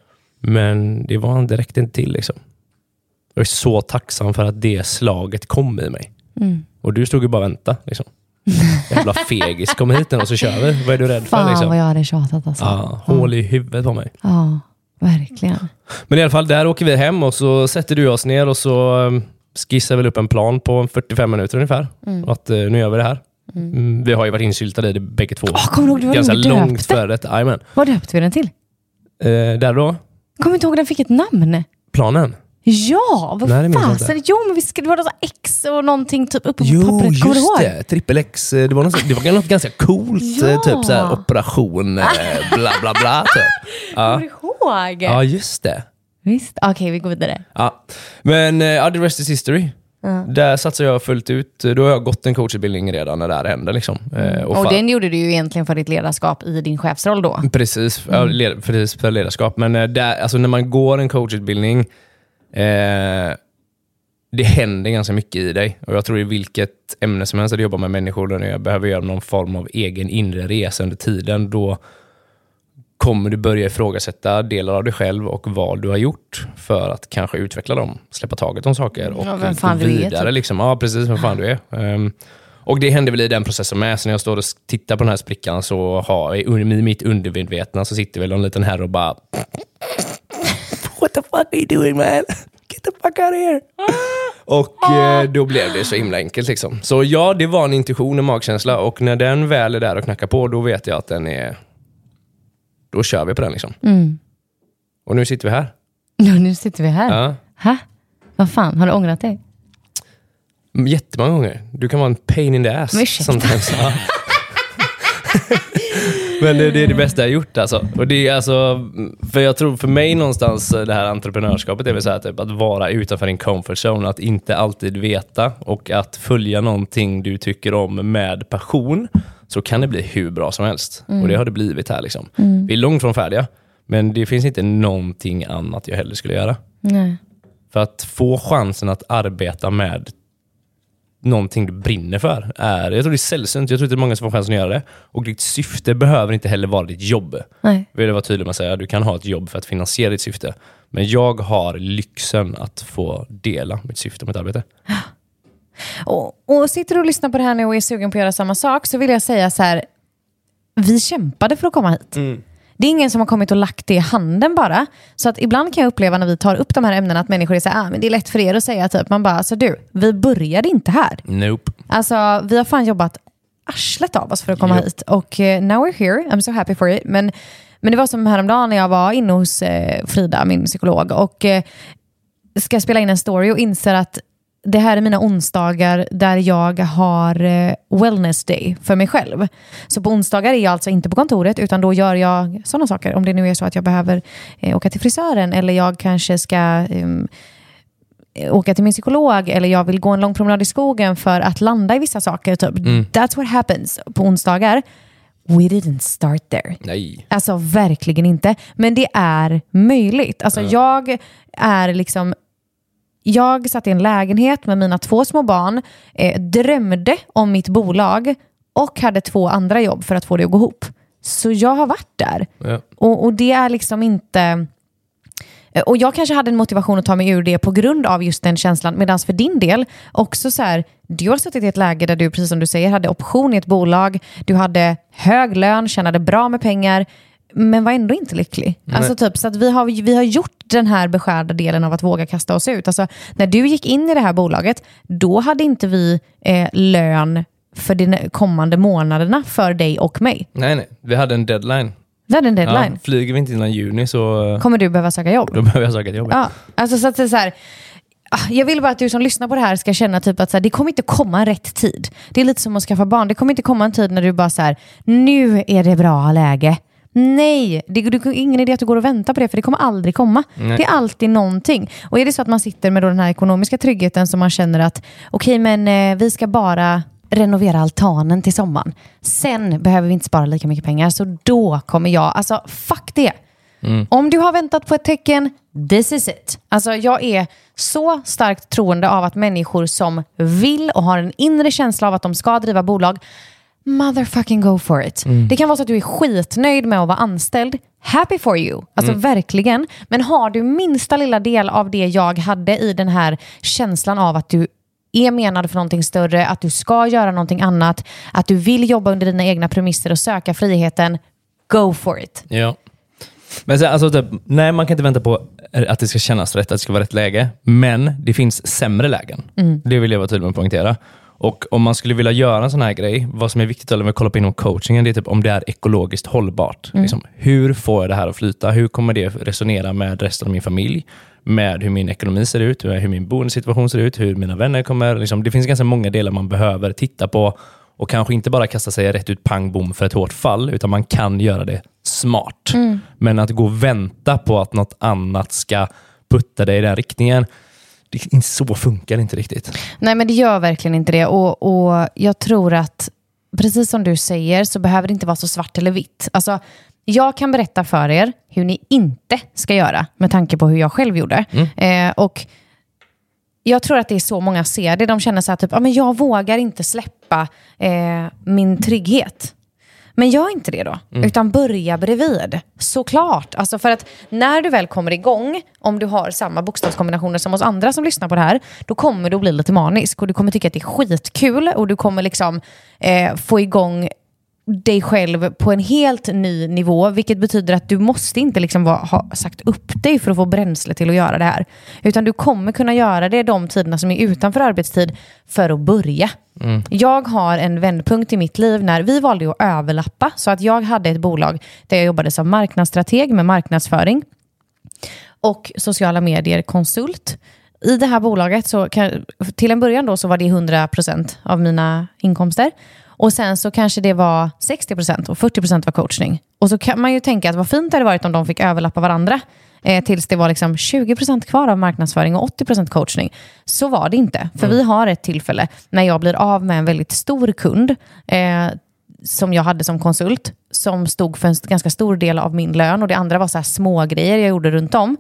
Men det var direkt inte till liksom. Jag är så tacksam för att det slaget kom i mig. Mm. Och du stod ju bara och vänta liksom. Jävla fegis, kom hit och så kör vi. Vad är du rädd Fan, för liksom? Fan vad jag hade tjatat alltså. Ja, hål i huvudet på mig. Ja, verkligen. Men i alla fall, där åker vi hem och så sätter du oss ner och så skissar vi upp en plan på fyrtiofem minuter ungefär. Mm. Att uh, nu gör vi det här. Mm. Mm, vi har ju varit insyltade i det bägge två. Oh, kommer du ihåg, du var ganska långt döpte? före detta. Amen. Vad döpte vi den till? Uh, där då? Kommer inte ihåg, den fick ett namn. Planen? Ja, vad Nej, fasen. Jo, men vi ska, det var något X och någonting typ uppe på jo, pappret. Kommer just du det. ihåg? Trippel X. Det var något, det var något ganska coolt. Ja. Typ så här, operation eh, bla bla bla. Typ. Ja. Kommer du ihåg? Ja, just det. Visst, okej, okay, vi går vidare. Ja. Men ja, the rest is history. Mm. Där satsar jag fullt ut. Då har jag gått en coachutbildning redan när det här hände. Liksom. Mm. Och, och den gjorde du ju egentligen för ditt ledarskap i din chefsroll då? Precis, mm. ja, led, precis för ledarskap. Men där, alltså, när man går en coachutbildning, eh, det händer ganska mycket i dig. Och jag tror i vilket ämne som helst att jobba med människor där jag behöver göra någon form av egen inre resa under tiden, då kommer du börja ifrågasätta delar av dig själv och vad du har gjort för att kanske utveckla dem, släppa taget om saker och ja, vem fan gå vidare. Du är, typ. liksom. Ja, precis, vem fan du är. Um, och det händer väl i den processen med. Så när jag står och tittar på den här sprickan så har i mitt undermedvetna så sitter väl en liten herre och bara What the fuck are you doing, man? Get the fuck out of here. Och eh, då blev det så himla enkelt liksom. Så ja, det var en intuition, en magkänsla. Och när den väl är där och knackar på, då vet jag att den är... Då kör vi på den liksom. Mm. Och nu sitter vi här. Ja, nu sitter vi här. Ja. Ha? Vad fan, har du ångrat dig? Jättemånga gånger. Du kan vara en pain in the ass. Men sometimes. Ja. Men det, det är det bästa jag har gjort alltså. Och det är alltså, för jag tror för mig någonstans det här entreprenörskapet är väl så här, typ, att vara utanför din comfort zone, att inte alltid veta och att följa någonting du tycker om med passion, så kan det bli hur bra som helst. Mm. Och det har det blivit här liksom. Mm. Vi är långt från färdiga, men det finns inte någonting annat jag hellre skulle göra. Nej. För att få chansen att arbeta med någonting du brinner för är, jag tror det är sällsynt, jag tror inte det är många som får chansen att göra det. Och ditt syfte behöver inte heller vara ditt jobb. Nej. Vill det vara tydligt med att säga, du kan ha ett jobb för att finansiera ditt syfte. Men jag har lyxen att få dela mitt syfte med ett arbete. Och, och sitter du och lyssnar på det här nu och är sugen på att göra samma sak, så vill jag säga så här: vi kämpade för att komma hit. Mm. Det är ingen som har kommit och lagt det i handen bara. Så att ibland kan jag uppleva när vi tar upp de här ämnena att människor är så här, ah, men det är lätt för er att säga typ. Man bara, alltså du, vi började inte här. Nope. Alltså, vi har fan jobbat arslet av oss för att komma yep. hit. Och uh, now we're here, I'm so happy for it. Men, men det var som häromdagen när jag var inne hos uh, Frida, min psykolog, och uh, ska spela in en story och inser att det här är mina onsdagar där jag har eh, wellness day för mig själv. Så på onsdagar är jag alltså inte på kontoret, utan då gör jag sådana saker. Om det nu är så att jag behöver eh, åka till frisören, eller jag kanske ska eh, åka till min psykolog, eller jag vill gå en lång promenad i skogen för att landa i vissa saker. Typ. Mm. That's what happens på onsdagar. We didn't start there. Nej. Alltså verkligen inte. Men det är möjligt. Alltså mm. jag är liksom... Jag satt i en lägenhet med mina två små barn, eh, drömde om mitt bolag och hade två andra jobb för att få det att gå ihop. Så jag har varit där. Ja. Och, och det är liksom inte... Och jag kanske hade en motivation att ta mig ur det på grund av just den känslan. Medan för din del också så här, du har suttit i ett läge där du, precis som du säger, hade option i ett bolag. Du hade hög lön, tjänade bra med pengar, men var ändå inte lycklig. Nej. Alltså typ, så att vi har, vi har gjort den här beskärda delen av att våga kasta oss ut. Alltså när du gick in i det här bolaget, då hade inte vi eh, lön för de kommande månaderna för dig och mig. Nej, nej. Vi hade en deadline. Vi hade en deadline. Ja, flyger vi inte innan juni så... Kommer du behöva söka jobb? Då behöver jag söka ett jobb. Ja, alltså så att det är så här... Jag vill bara att du som lyssnar på det här ska känna typ att så här, det kommer inte komma en rätt tid. Det är lite som att skaffa barn. Det kommer inte komma en tid när du bara så här, nu är det bra läge. Nej, det är ingen idé att du går och väntar på det, för det kommer aldrig komma. Nej. Det är alltid någonting. Och är det så att man sitter med då den här ekonomiska tryggheten som man känner att okej, okay, men eh, vi ska bara renovera altanen till sommaren. Sen behöver vi inte spara lika mycket pengar, så då kommer jag, alltså fuck det. Mm. Om du har väntat på ett tecken, this is it. Alltså jag är så starkt troende av att människor som vill och har en inre känsla av att de ska driva bolag, motherfucking go for it. Mm. Det kan vara så att du är skitnöjd med att vara anställd. Happy for you. Alltså mm. verkligen. Men har du minsta lilla del av det jag hade i den här känslan av att du är menad för någonting större, att du ska göra någonting annat, att du vill jobba under dina egna premisser och söka friheten, go for it. Ja. Men så, alltså, typ, nej, man kan inte vänta på att det ska kännas rätt, att det ska vara rätt läge. Men det finns sämre lägen. Mm. Det vill jag vara tydlig med att poängtera. Och om man skulle vilja göra en sån här grej, vad som är viktigt om vi kollar på inom coachingen, det är typ om det är ekologiskt hållbart. Mm. Liksom, hur får jag det här att flyta? Hur kommer det resonera med resten av min familj? Med hur min ekonomi ser ut, hur min boendesituation ser ut, hur mina vänner kommer. Liksom, det finns ganska många delar man behöver titta på. Och kanske inte bara kasta sig rätt ut pang bom för ett hårt fall, utan man kan göra det smart. Mm. Men att gå och vänta på att något annat ska putta dig i den riktningen, det, så funkar det inte riktigt. Nej, men det gör verkligen inte det. Och, och jag tror att, precis som du säger, så behöver det inte vara så svart eller vitt. Alltså, jag kan berätta för er hur ni inte ska göra med tanke på hur jag själv gjorde. Mm. Eh, och jag tror att det är så många ser det. De känner så här typ, ah, men jag vågar inte släppa eh, min trygghet. Men gör inte det då. Mm. Utan börja bredvid. Såklart. Alltså för att när du väl kommer igång, om du har samma bokstavskombinationer som oss andra som lyssnar på det här, då kommer du bli lite manisk. Och du kommer tycka att det är skitkul. Och du kommer liksom eh, få igång dig själv på en helt ny nivå, vilket betyder att du måste inte liksom va, ha sagt upp dig för att få bränsle till att göra det här, utan du kommer kunna göra det de tiderna som är utanför arbetstid för att börja. Mm. Jag har en vändpunkt i mitt liv när vi valde att överlappa, så att jag hade ett bolag där jag jobbade som marknadsstrateg med marknadsföring och sociala medier konsult. I det här bolaget så kan, till en början då så var det hundra procent av mina inkomster. Och sen så kanske det var sextio procent och fyrtio procent var coachning. Och så kan man ju tänka att vad fint det hade varit om de fick överlappa varandra. Eh, tills det var liksom tjugo procent kvar av marknadsföring och åttio procent coachning. Så var det inte. För mm. vi har ett tillfälle när jag blir av med en väldigt stor kund eh, som jag hade som konsult. Som stod för en ganska stor del av min lön. Och det andra var så här små grejer jag gjorde runt om.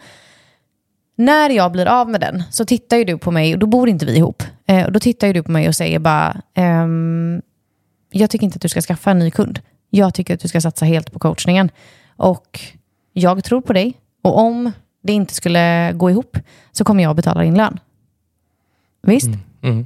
När jag blir av med den så tittar ju du på mig, och då bor inte vi ihop. Eh, och då tittar ju du på mig och säger bara... Ehm, jag tycker inte att du ska skaffa en ny kund. Jag tycker att du ska satsa helt på coachningen. Och jag tror på dig. Och om det inte skulle gå ihop så kommer jag betala din lön. Visst? Mm. Mm.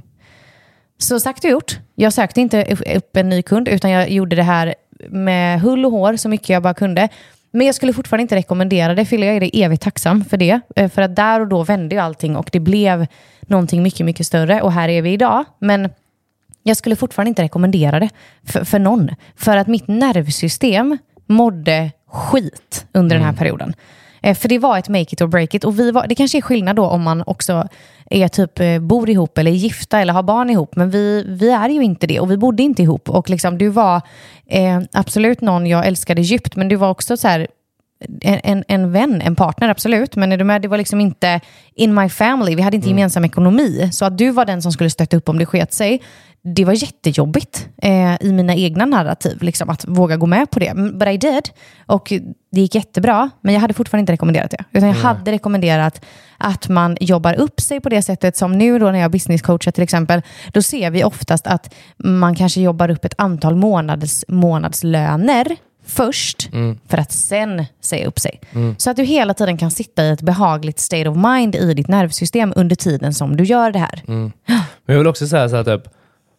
Så sagt och gjort. Jag sökte inte upp en ny kund, utan jag gjorde det här med hull och hår så mycket jag bara kunde. Men jag skulle fortfarande inte rekommendera det, för jag är det evigt tacksam för det. För att där och då vände ju allting och det blev någonting mycket, mycket större. Och här är vi idag. Men jag skulle fortfarande inte rekommendera det för, för någon. För att mitt nervsystem mådde skit under mm. den här perioden. Eh, för det var ett make it or break it. Och vi var, det kanske är skillnad då om man också är typ eh, bor ihop eller är gifta eller har barn ihop. Men vi, vi är ju inte det och vi bodde inte ihop. Och liksom du var eh, absolut någon jag älskade djupt, men du var också så här En, en, en vän, en partner, absolut. Men är du med, det var liksom inte in my family. Vi hade inte mm. gemensam ekonomi. Så att du var den som skulle stötta upp om det sket sig, det var jättejobbigt eh, i mina egna narrativ. Liksom, att våga gå med på det. But I did. Och det gick jättebra. Men jag hade fortfarande inte rekommenderat det. Utan jag mm. hade rekommenderat att man jobbar upp sig på det sättet som nu då när jag businesscoachar till exempel. Då ser vi oftast att man kanske jobbar upp ett antal månads, månadslöner först mm. för att sen säga upp sig. Mm. Så att du hela tiden kan sitta i ett behagligt state of mind i ditt nervsystem under tiden som du gör det här. Mm. Men jag vill också säga så här typ,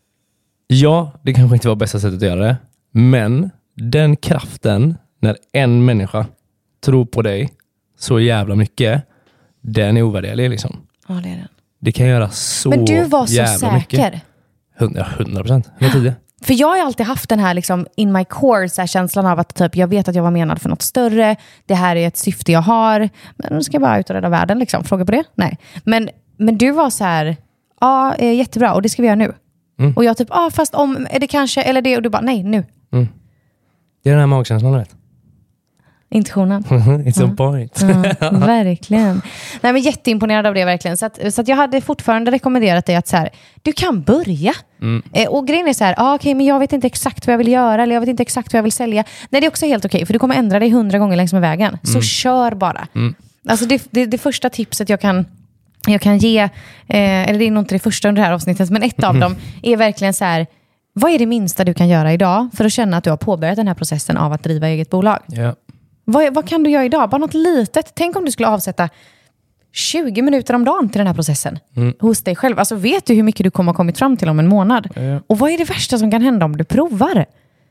ja, det kanske inte var bästa sättet att göra det, men den kraften när en människa tror på dig så jävla mycket, den är ovärderlig liksom. Ja, det är den. Det kan göra så jävla mycket. Men du var så säker. Mycket. hundra procent. hundra För jag har alltid haft den här liksom in my core så här känslan av att typ, jag vet att jag var menad för något större. Det här är ett syfte jag har. Men nu ska jag bara ut och rädda världen. Liksom. Fråga på det? Nej. Men, men du var så här, ja, jättebra. Och det ska vi göra nu. Mm. Och jag typ, ja, fast om, är det kanske, eller det. Och du bara, nej, nu. Mm. Det är den här magkänslan, rätt? Intuitionen. It's on point. Ja, verkligen. Nej, men jätteimponerad av det verkligen. Så, att, så att jag hade fortfarande rekommenderat dig att så här, du kan börja. Mm. Eh, och grejen är så här, ah, okej, okay, men jag vet inte exakt vad jag vill göra eller jag vet inte exakt vad jag vill sälja. Nej, det är också helt okej, okay, för du kommer ändra dig hundra gånger längs med vägen. Mm. Så kör bara. Mm. Alltså det, det, det första tipset jag kan jag kan ge, eh, eller det är nog inte det första under det här avsnittet, men ett av mm. dem är verkligen så här, vad är det minsta du kan göra idag för att känna att du har påbörjat den här processen av att driva eget bolag? Yeah. Vad, vad kan du göra idag? Bara något litet. Tänk om du skulle avsätta tjugo minuter om dagen till den här processen. Mm. Hos dig själv. Alltså vet du hur mycket du kommer ha kommit fram till om en månad? Mm. Och vad är det värsta som kan hända om du provar?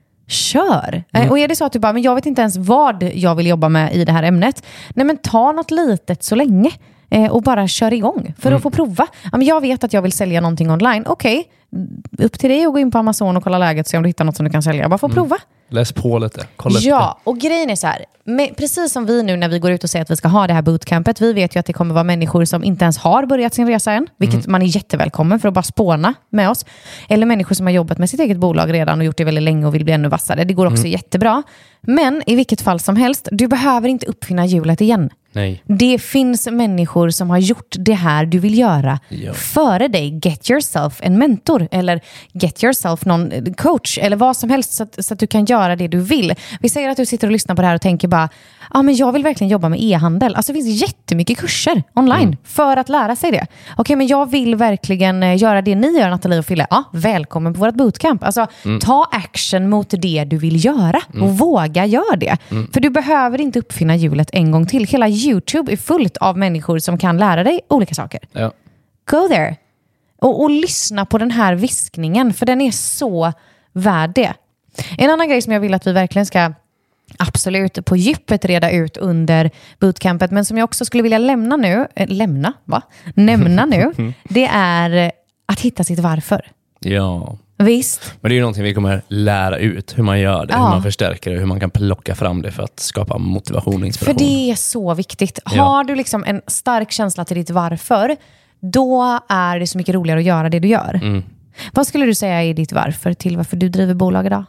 Kör. Mm. Och är det så att du bara, men jag vet inte ens vad jag vill jobba med i det här ämnet. Nej, men ta något litet så länge. Eh, och bara kör igång. För mm. att få prova. Ja, men jag vet att jag vill sälja någonting online. Okej. Okay. Upp till dig och gå in på Amazon och kolla läget och se om du hittar något som du kan sälja. Bara få mm. prova. Läs på lite. Kolla ja, och grejen är så här. Med, precis som vi nu när vi går ut och säger att vi ska ha det här bootcampet. Vi vet ju att det kommer vara människor som inte ens har börjat sin resa än. Vilket mm. man är jättevälkommen för att bara spåna med oss. Eller människor som har jobbat med sitt eget bolag redan och gjort det väldigt länge och vill bli ännu vassare. Det går också mm. jättebra. Men i vilket fall som helst, du behöver inte uppfinna hjulet igen. Nej. Det finns människor som har gjort det här du vill göra ja. före dig. Get yourself en mentor eller get yourself någon coach eller vad som helst så att, så att du kan göra det du vill. Vi säger att du sitter och lyssnar på det här och tänker bara, ja ah, men jag vill verkligen jobba med e-handel. Alltså det finns jättemycket kurser online mm. för att lära sig det. Okej, okay, men jag vill verkligen göra det ni gör, Nathalie och Fille. Ja, välkommen på vårt bootcamp. Alltså mm. ta action mot det du vill göra mm. och våga göra det. Mm. För du behöver inte uppfinna hjulet en gång till. Hela YouTube är fullt av människor som kan lära dig olika saker. Ja. Go there. Och, och lyssna på den här viskningen, för den är så värd det. En annan grej som jag vill att vi verkligen ska absolut på djupet reda ut under bootcampet, men som jag också skulle vilja lämna nu, äh, lämna, va? Nämna nu, det är att hitta sitt varför. Ja. Visst. Men det är ju någonting vi kommer lära ut, hur man gör det, ja. hur man förstärker det, hur man kan plocka fram det för att skapa motivation och inspiration. För det är så viktigt. Ja. Har du liksom en stark känsla till ditt varför, då är det så mycket roligare att göra det du gör. Mm. Vad skulle du säga är ditt varför till varför du driver bolag idag?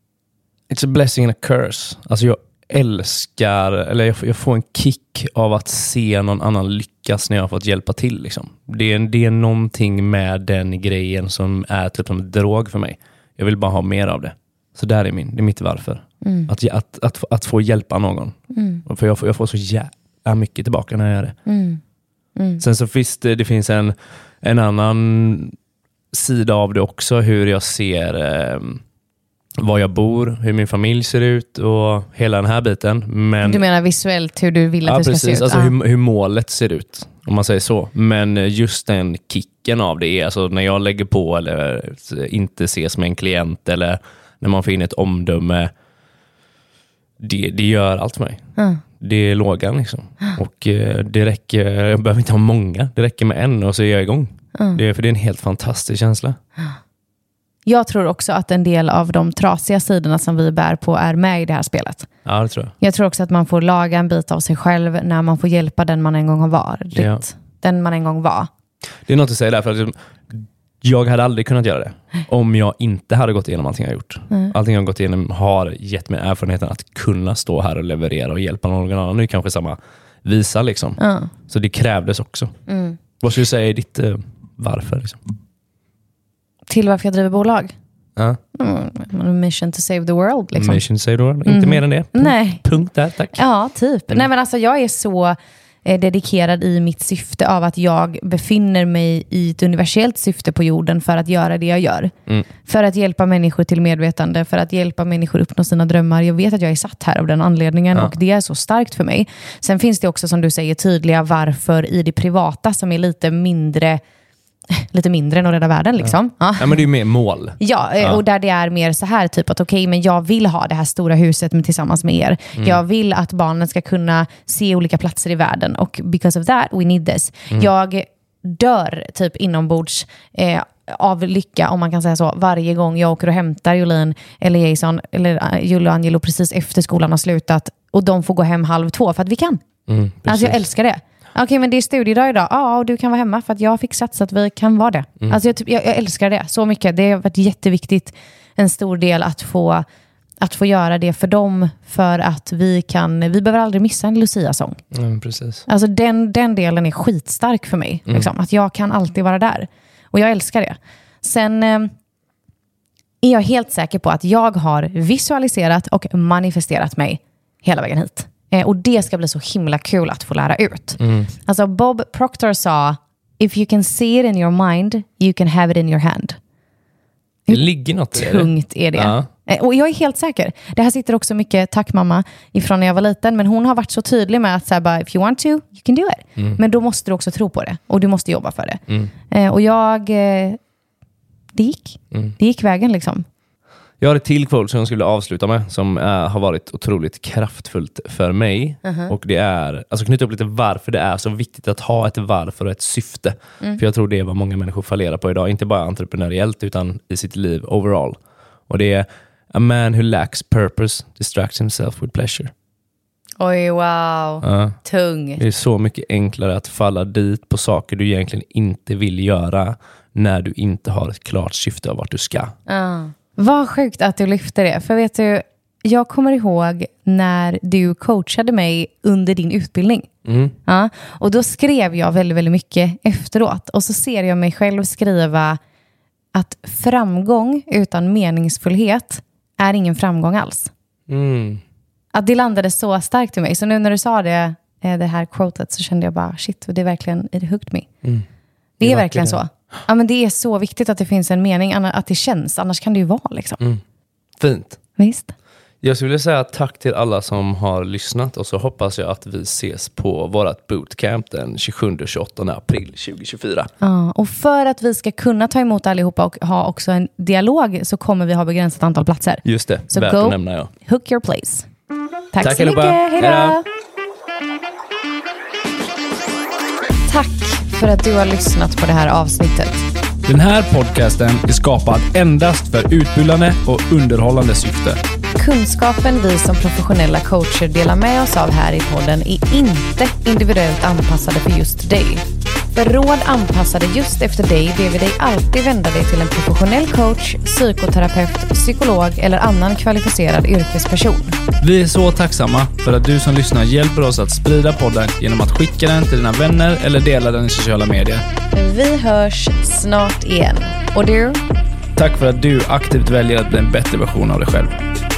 It's a blessing and a curse. Alltså jag älskar, eller jag, jag får en kick av att se någon annan lyckas när jag har fått hjälpa till. Liksom. Det, är, det är någonting med den grejen som är typ som en drog för mig. Jag vill bara ha mer av det. Så där är min, det är mitt varför. Mm. Att, att, att, att få hjälpa någon. Mm. För jag får, jag får så jävla mycket tillbaka när jag gör det. Mm. Mm. Sen så finns det, det finns en, en annan sida av det också. Hur jag ser eh, var jag bor, hur min familj ser ut och hela den här biten. Men, du menar visuellt hur du vill att ja, det ska precis, se ut? Alltså hur, hur målet ser ut, om man säger så. Men just den kicken av det är, alltså när jag lägger på eller inte ses med en klient eller när man får in ett omdöme, det, det gör allt för mig. Mm. Det är lågan liksom. Och eh, det räcker, jag behöver inte ha många, det räcker med en och så är jag igång. Mm. Det är, för det är en helt fantastisk känsla. Jag tror också att en del av de trasiga sidorna som vi bär på är med i det här spelet. Ja, det tror jag. Jag tror också att man får laga en bit av sig själv när man får hjälpa den man en gång har varit. Ja. Den man en gång var. Det är något att säga där, för att jag hade aldrig kunnat göra det om jag inte hade gått igenom allting jag har gjort. Mm. Allting jag har gått igenom har gett mig erfarenheten att kunna stå här och leverera och hjälpa någon annan. Nu kanske samma visa liksom. Mm. Så det krävdes också. Mm. Vad skulle du säga är ditt eh, varför? Liksom? Till varför jag driver bolag? Ja. Mm, mission to save the world. Liksom. Mission to save the world. Mm. Inte mer än det. Punkt, Nej. Punkt där, tack. Ja, typ. Mm. Nej, men alltså jag är så eh, dedikerad i mitt syfte av att jag befinner mig i ett universellt syfte på jorden för att göra det jag gör. Mm. För att hjälpa människor till medvetande, för att hjälpa människor uppnå sina drömmar. Jag vet att jag är satt här av den anledningen ja. Och det är så starkt för mig. Sen finns det också, som du säger, tydliga varför i det privata som är lite mindre lite mindre än att rädda världen liksom. Ja, ja men det är ju mer mål. Ja, ja, och där det är mer så här typ att okej, okay, men jag vill ha det här stora huset med, tillsammans med er. Mm. Jag vill att barnen ska kunna se olika platser i världen och because of that we need this. Mm. Jag dör typ inombords eh, av lycka, om man kan säga så, varje gång jag åker och hämtar Jolin eller Jason eller Julie och Angelo precis efter skolan har slutat och de får gå hem halv två för att vi kan. Mm, alltså jag älskar det. Okej, okay, men det är studiedag idag. Ja, och du kan vara hemma för att jag har fixat så att vi kan vara det. Mm. Alltså jag, jag, jag älskar det så mycket. Det har varit jätteviktigt, en stor del att få, att få göra det för dem. För att vi kan, vi behöver aldrig missa en Lucia-sång. Mm, precis. Alltså den, den delen är skitstark för mig. Mm. Liksom, att jag kan alltid vara där. Och jag älskar det. Sen eh, är jag helt säker på att jag har visualiserat och manifesterat mig hela vägen hit. Eh, och det ska bli så himla kul att få lära ut. Mm. Alltså Bob Proctor sa, if you can see it in your mind, you can have it in your hand. Det ligger något i det. Tungt är det. Ja. Eh, och jag är helt säker. Det här sitter också mycket, tack mamma, ifrån när jag var liten. Men hon har varit så tydlig med att så här, bara, if you want to, you can do it. Mm. Men då måste du också tro på det. Och du måste jobba för det. Mm. Eh, och jag, eh, det gick. Mm. Det gick vägen liksom. Jag har ett till quote som jag skulle avsluta med som är, har varit otroligt kraftfullt för mig. Uh-huh. Och det är, alltså knyta upp lite varför det är så viktigt att ha ett varför och ett syfte. Mm. För jag tror det är vad många människor fallerar på idag. Inte bara entreprenöriellt utan i sitt liv overall. Och det är a man who lacks purpose distracts himself with pleasure. Oj, wow. Uh, Tung. Det är så mycket enklare att falla dit på saker du egentligen inte vill göra när du inte har ett klart syfte av vart du ska. Uh. Vad sjukt att du lyfter det. För vet du, jag kommer ihåg när du coachade mig under din utbildning. Mm. Ja, och då skrev jag väldigt, väldigt mycket efteråt. Och så ser jag mig själv skriva att framgång utan meningsfullhet är ingen framgång alls. Mm. Att det landade så starkt i mig. Så nu när du sa det, det här quotet, så kände jag bara, shit, det är verkligen, it hooked me. Mm. Det, det är verkligen det. Så. Ja, men det är så viktigt att det finns en mening, att det känns. Annars kan det ju vara liksom. Mm. Fint. Visst. Jag skulle vilja säga tack till alla som har lyssnat. Och så hoppas jag att vi ses på vårat bootcamp den tjugosjunde och tjugoåttonde april tjugohundratjugofyra. Ja, och för att vi ska kunna ta emot allihopa och ha också en dialog så kommer vi ha begränsat antal platser. Just det, så värt go, att nämna. Ja. Hook your place. Tack, tack så allihopa. Mycket. Hej då. Tack för att du har lyssnat på det här avsnittet. Den här podcasten är skapad endast för utbildande och underhållande syfte. Kunskapen vi som professionella coacher delar med oss av här i podden är inte individuellt anpassade för just dig. För råd anpassade just efter dig ber vi dig alltid vända dig till en professionell coach, psykoterapeut, psykolog eller annan kvalificerad yrkesperson. Vi är så tacksamma för att du som lyssnar hjälper oss att sprida podden genom att skicka den till dina vänner eller dela den i sociala medier. Vi hörs snart igen. Och du? Tack för att du aktivt väljer att bli en bättre version av dig själv.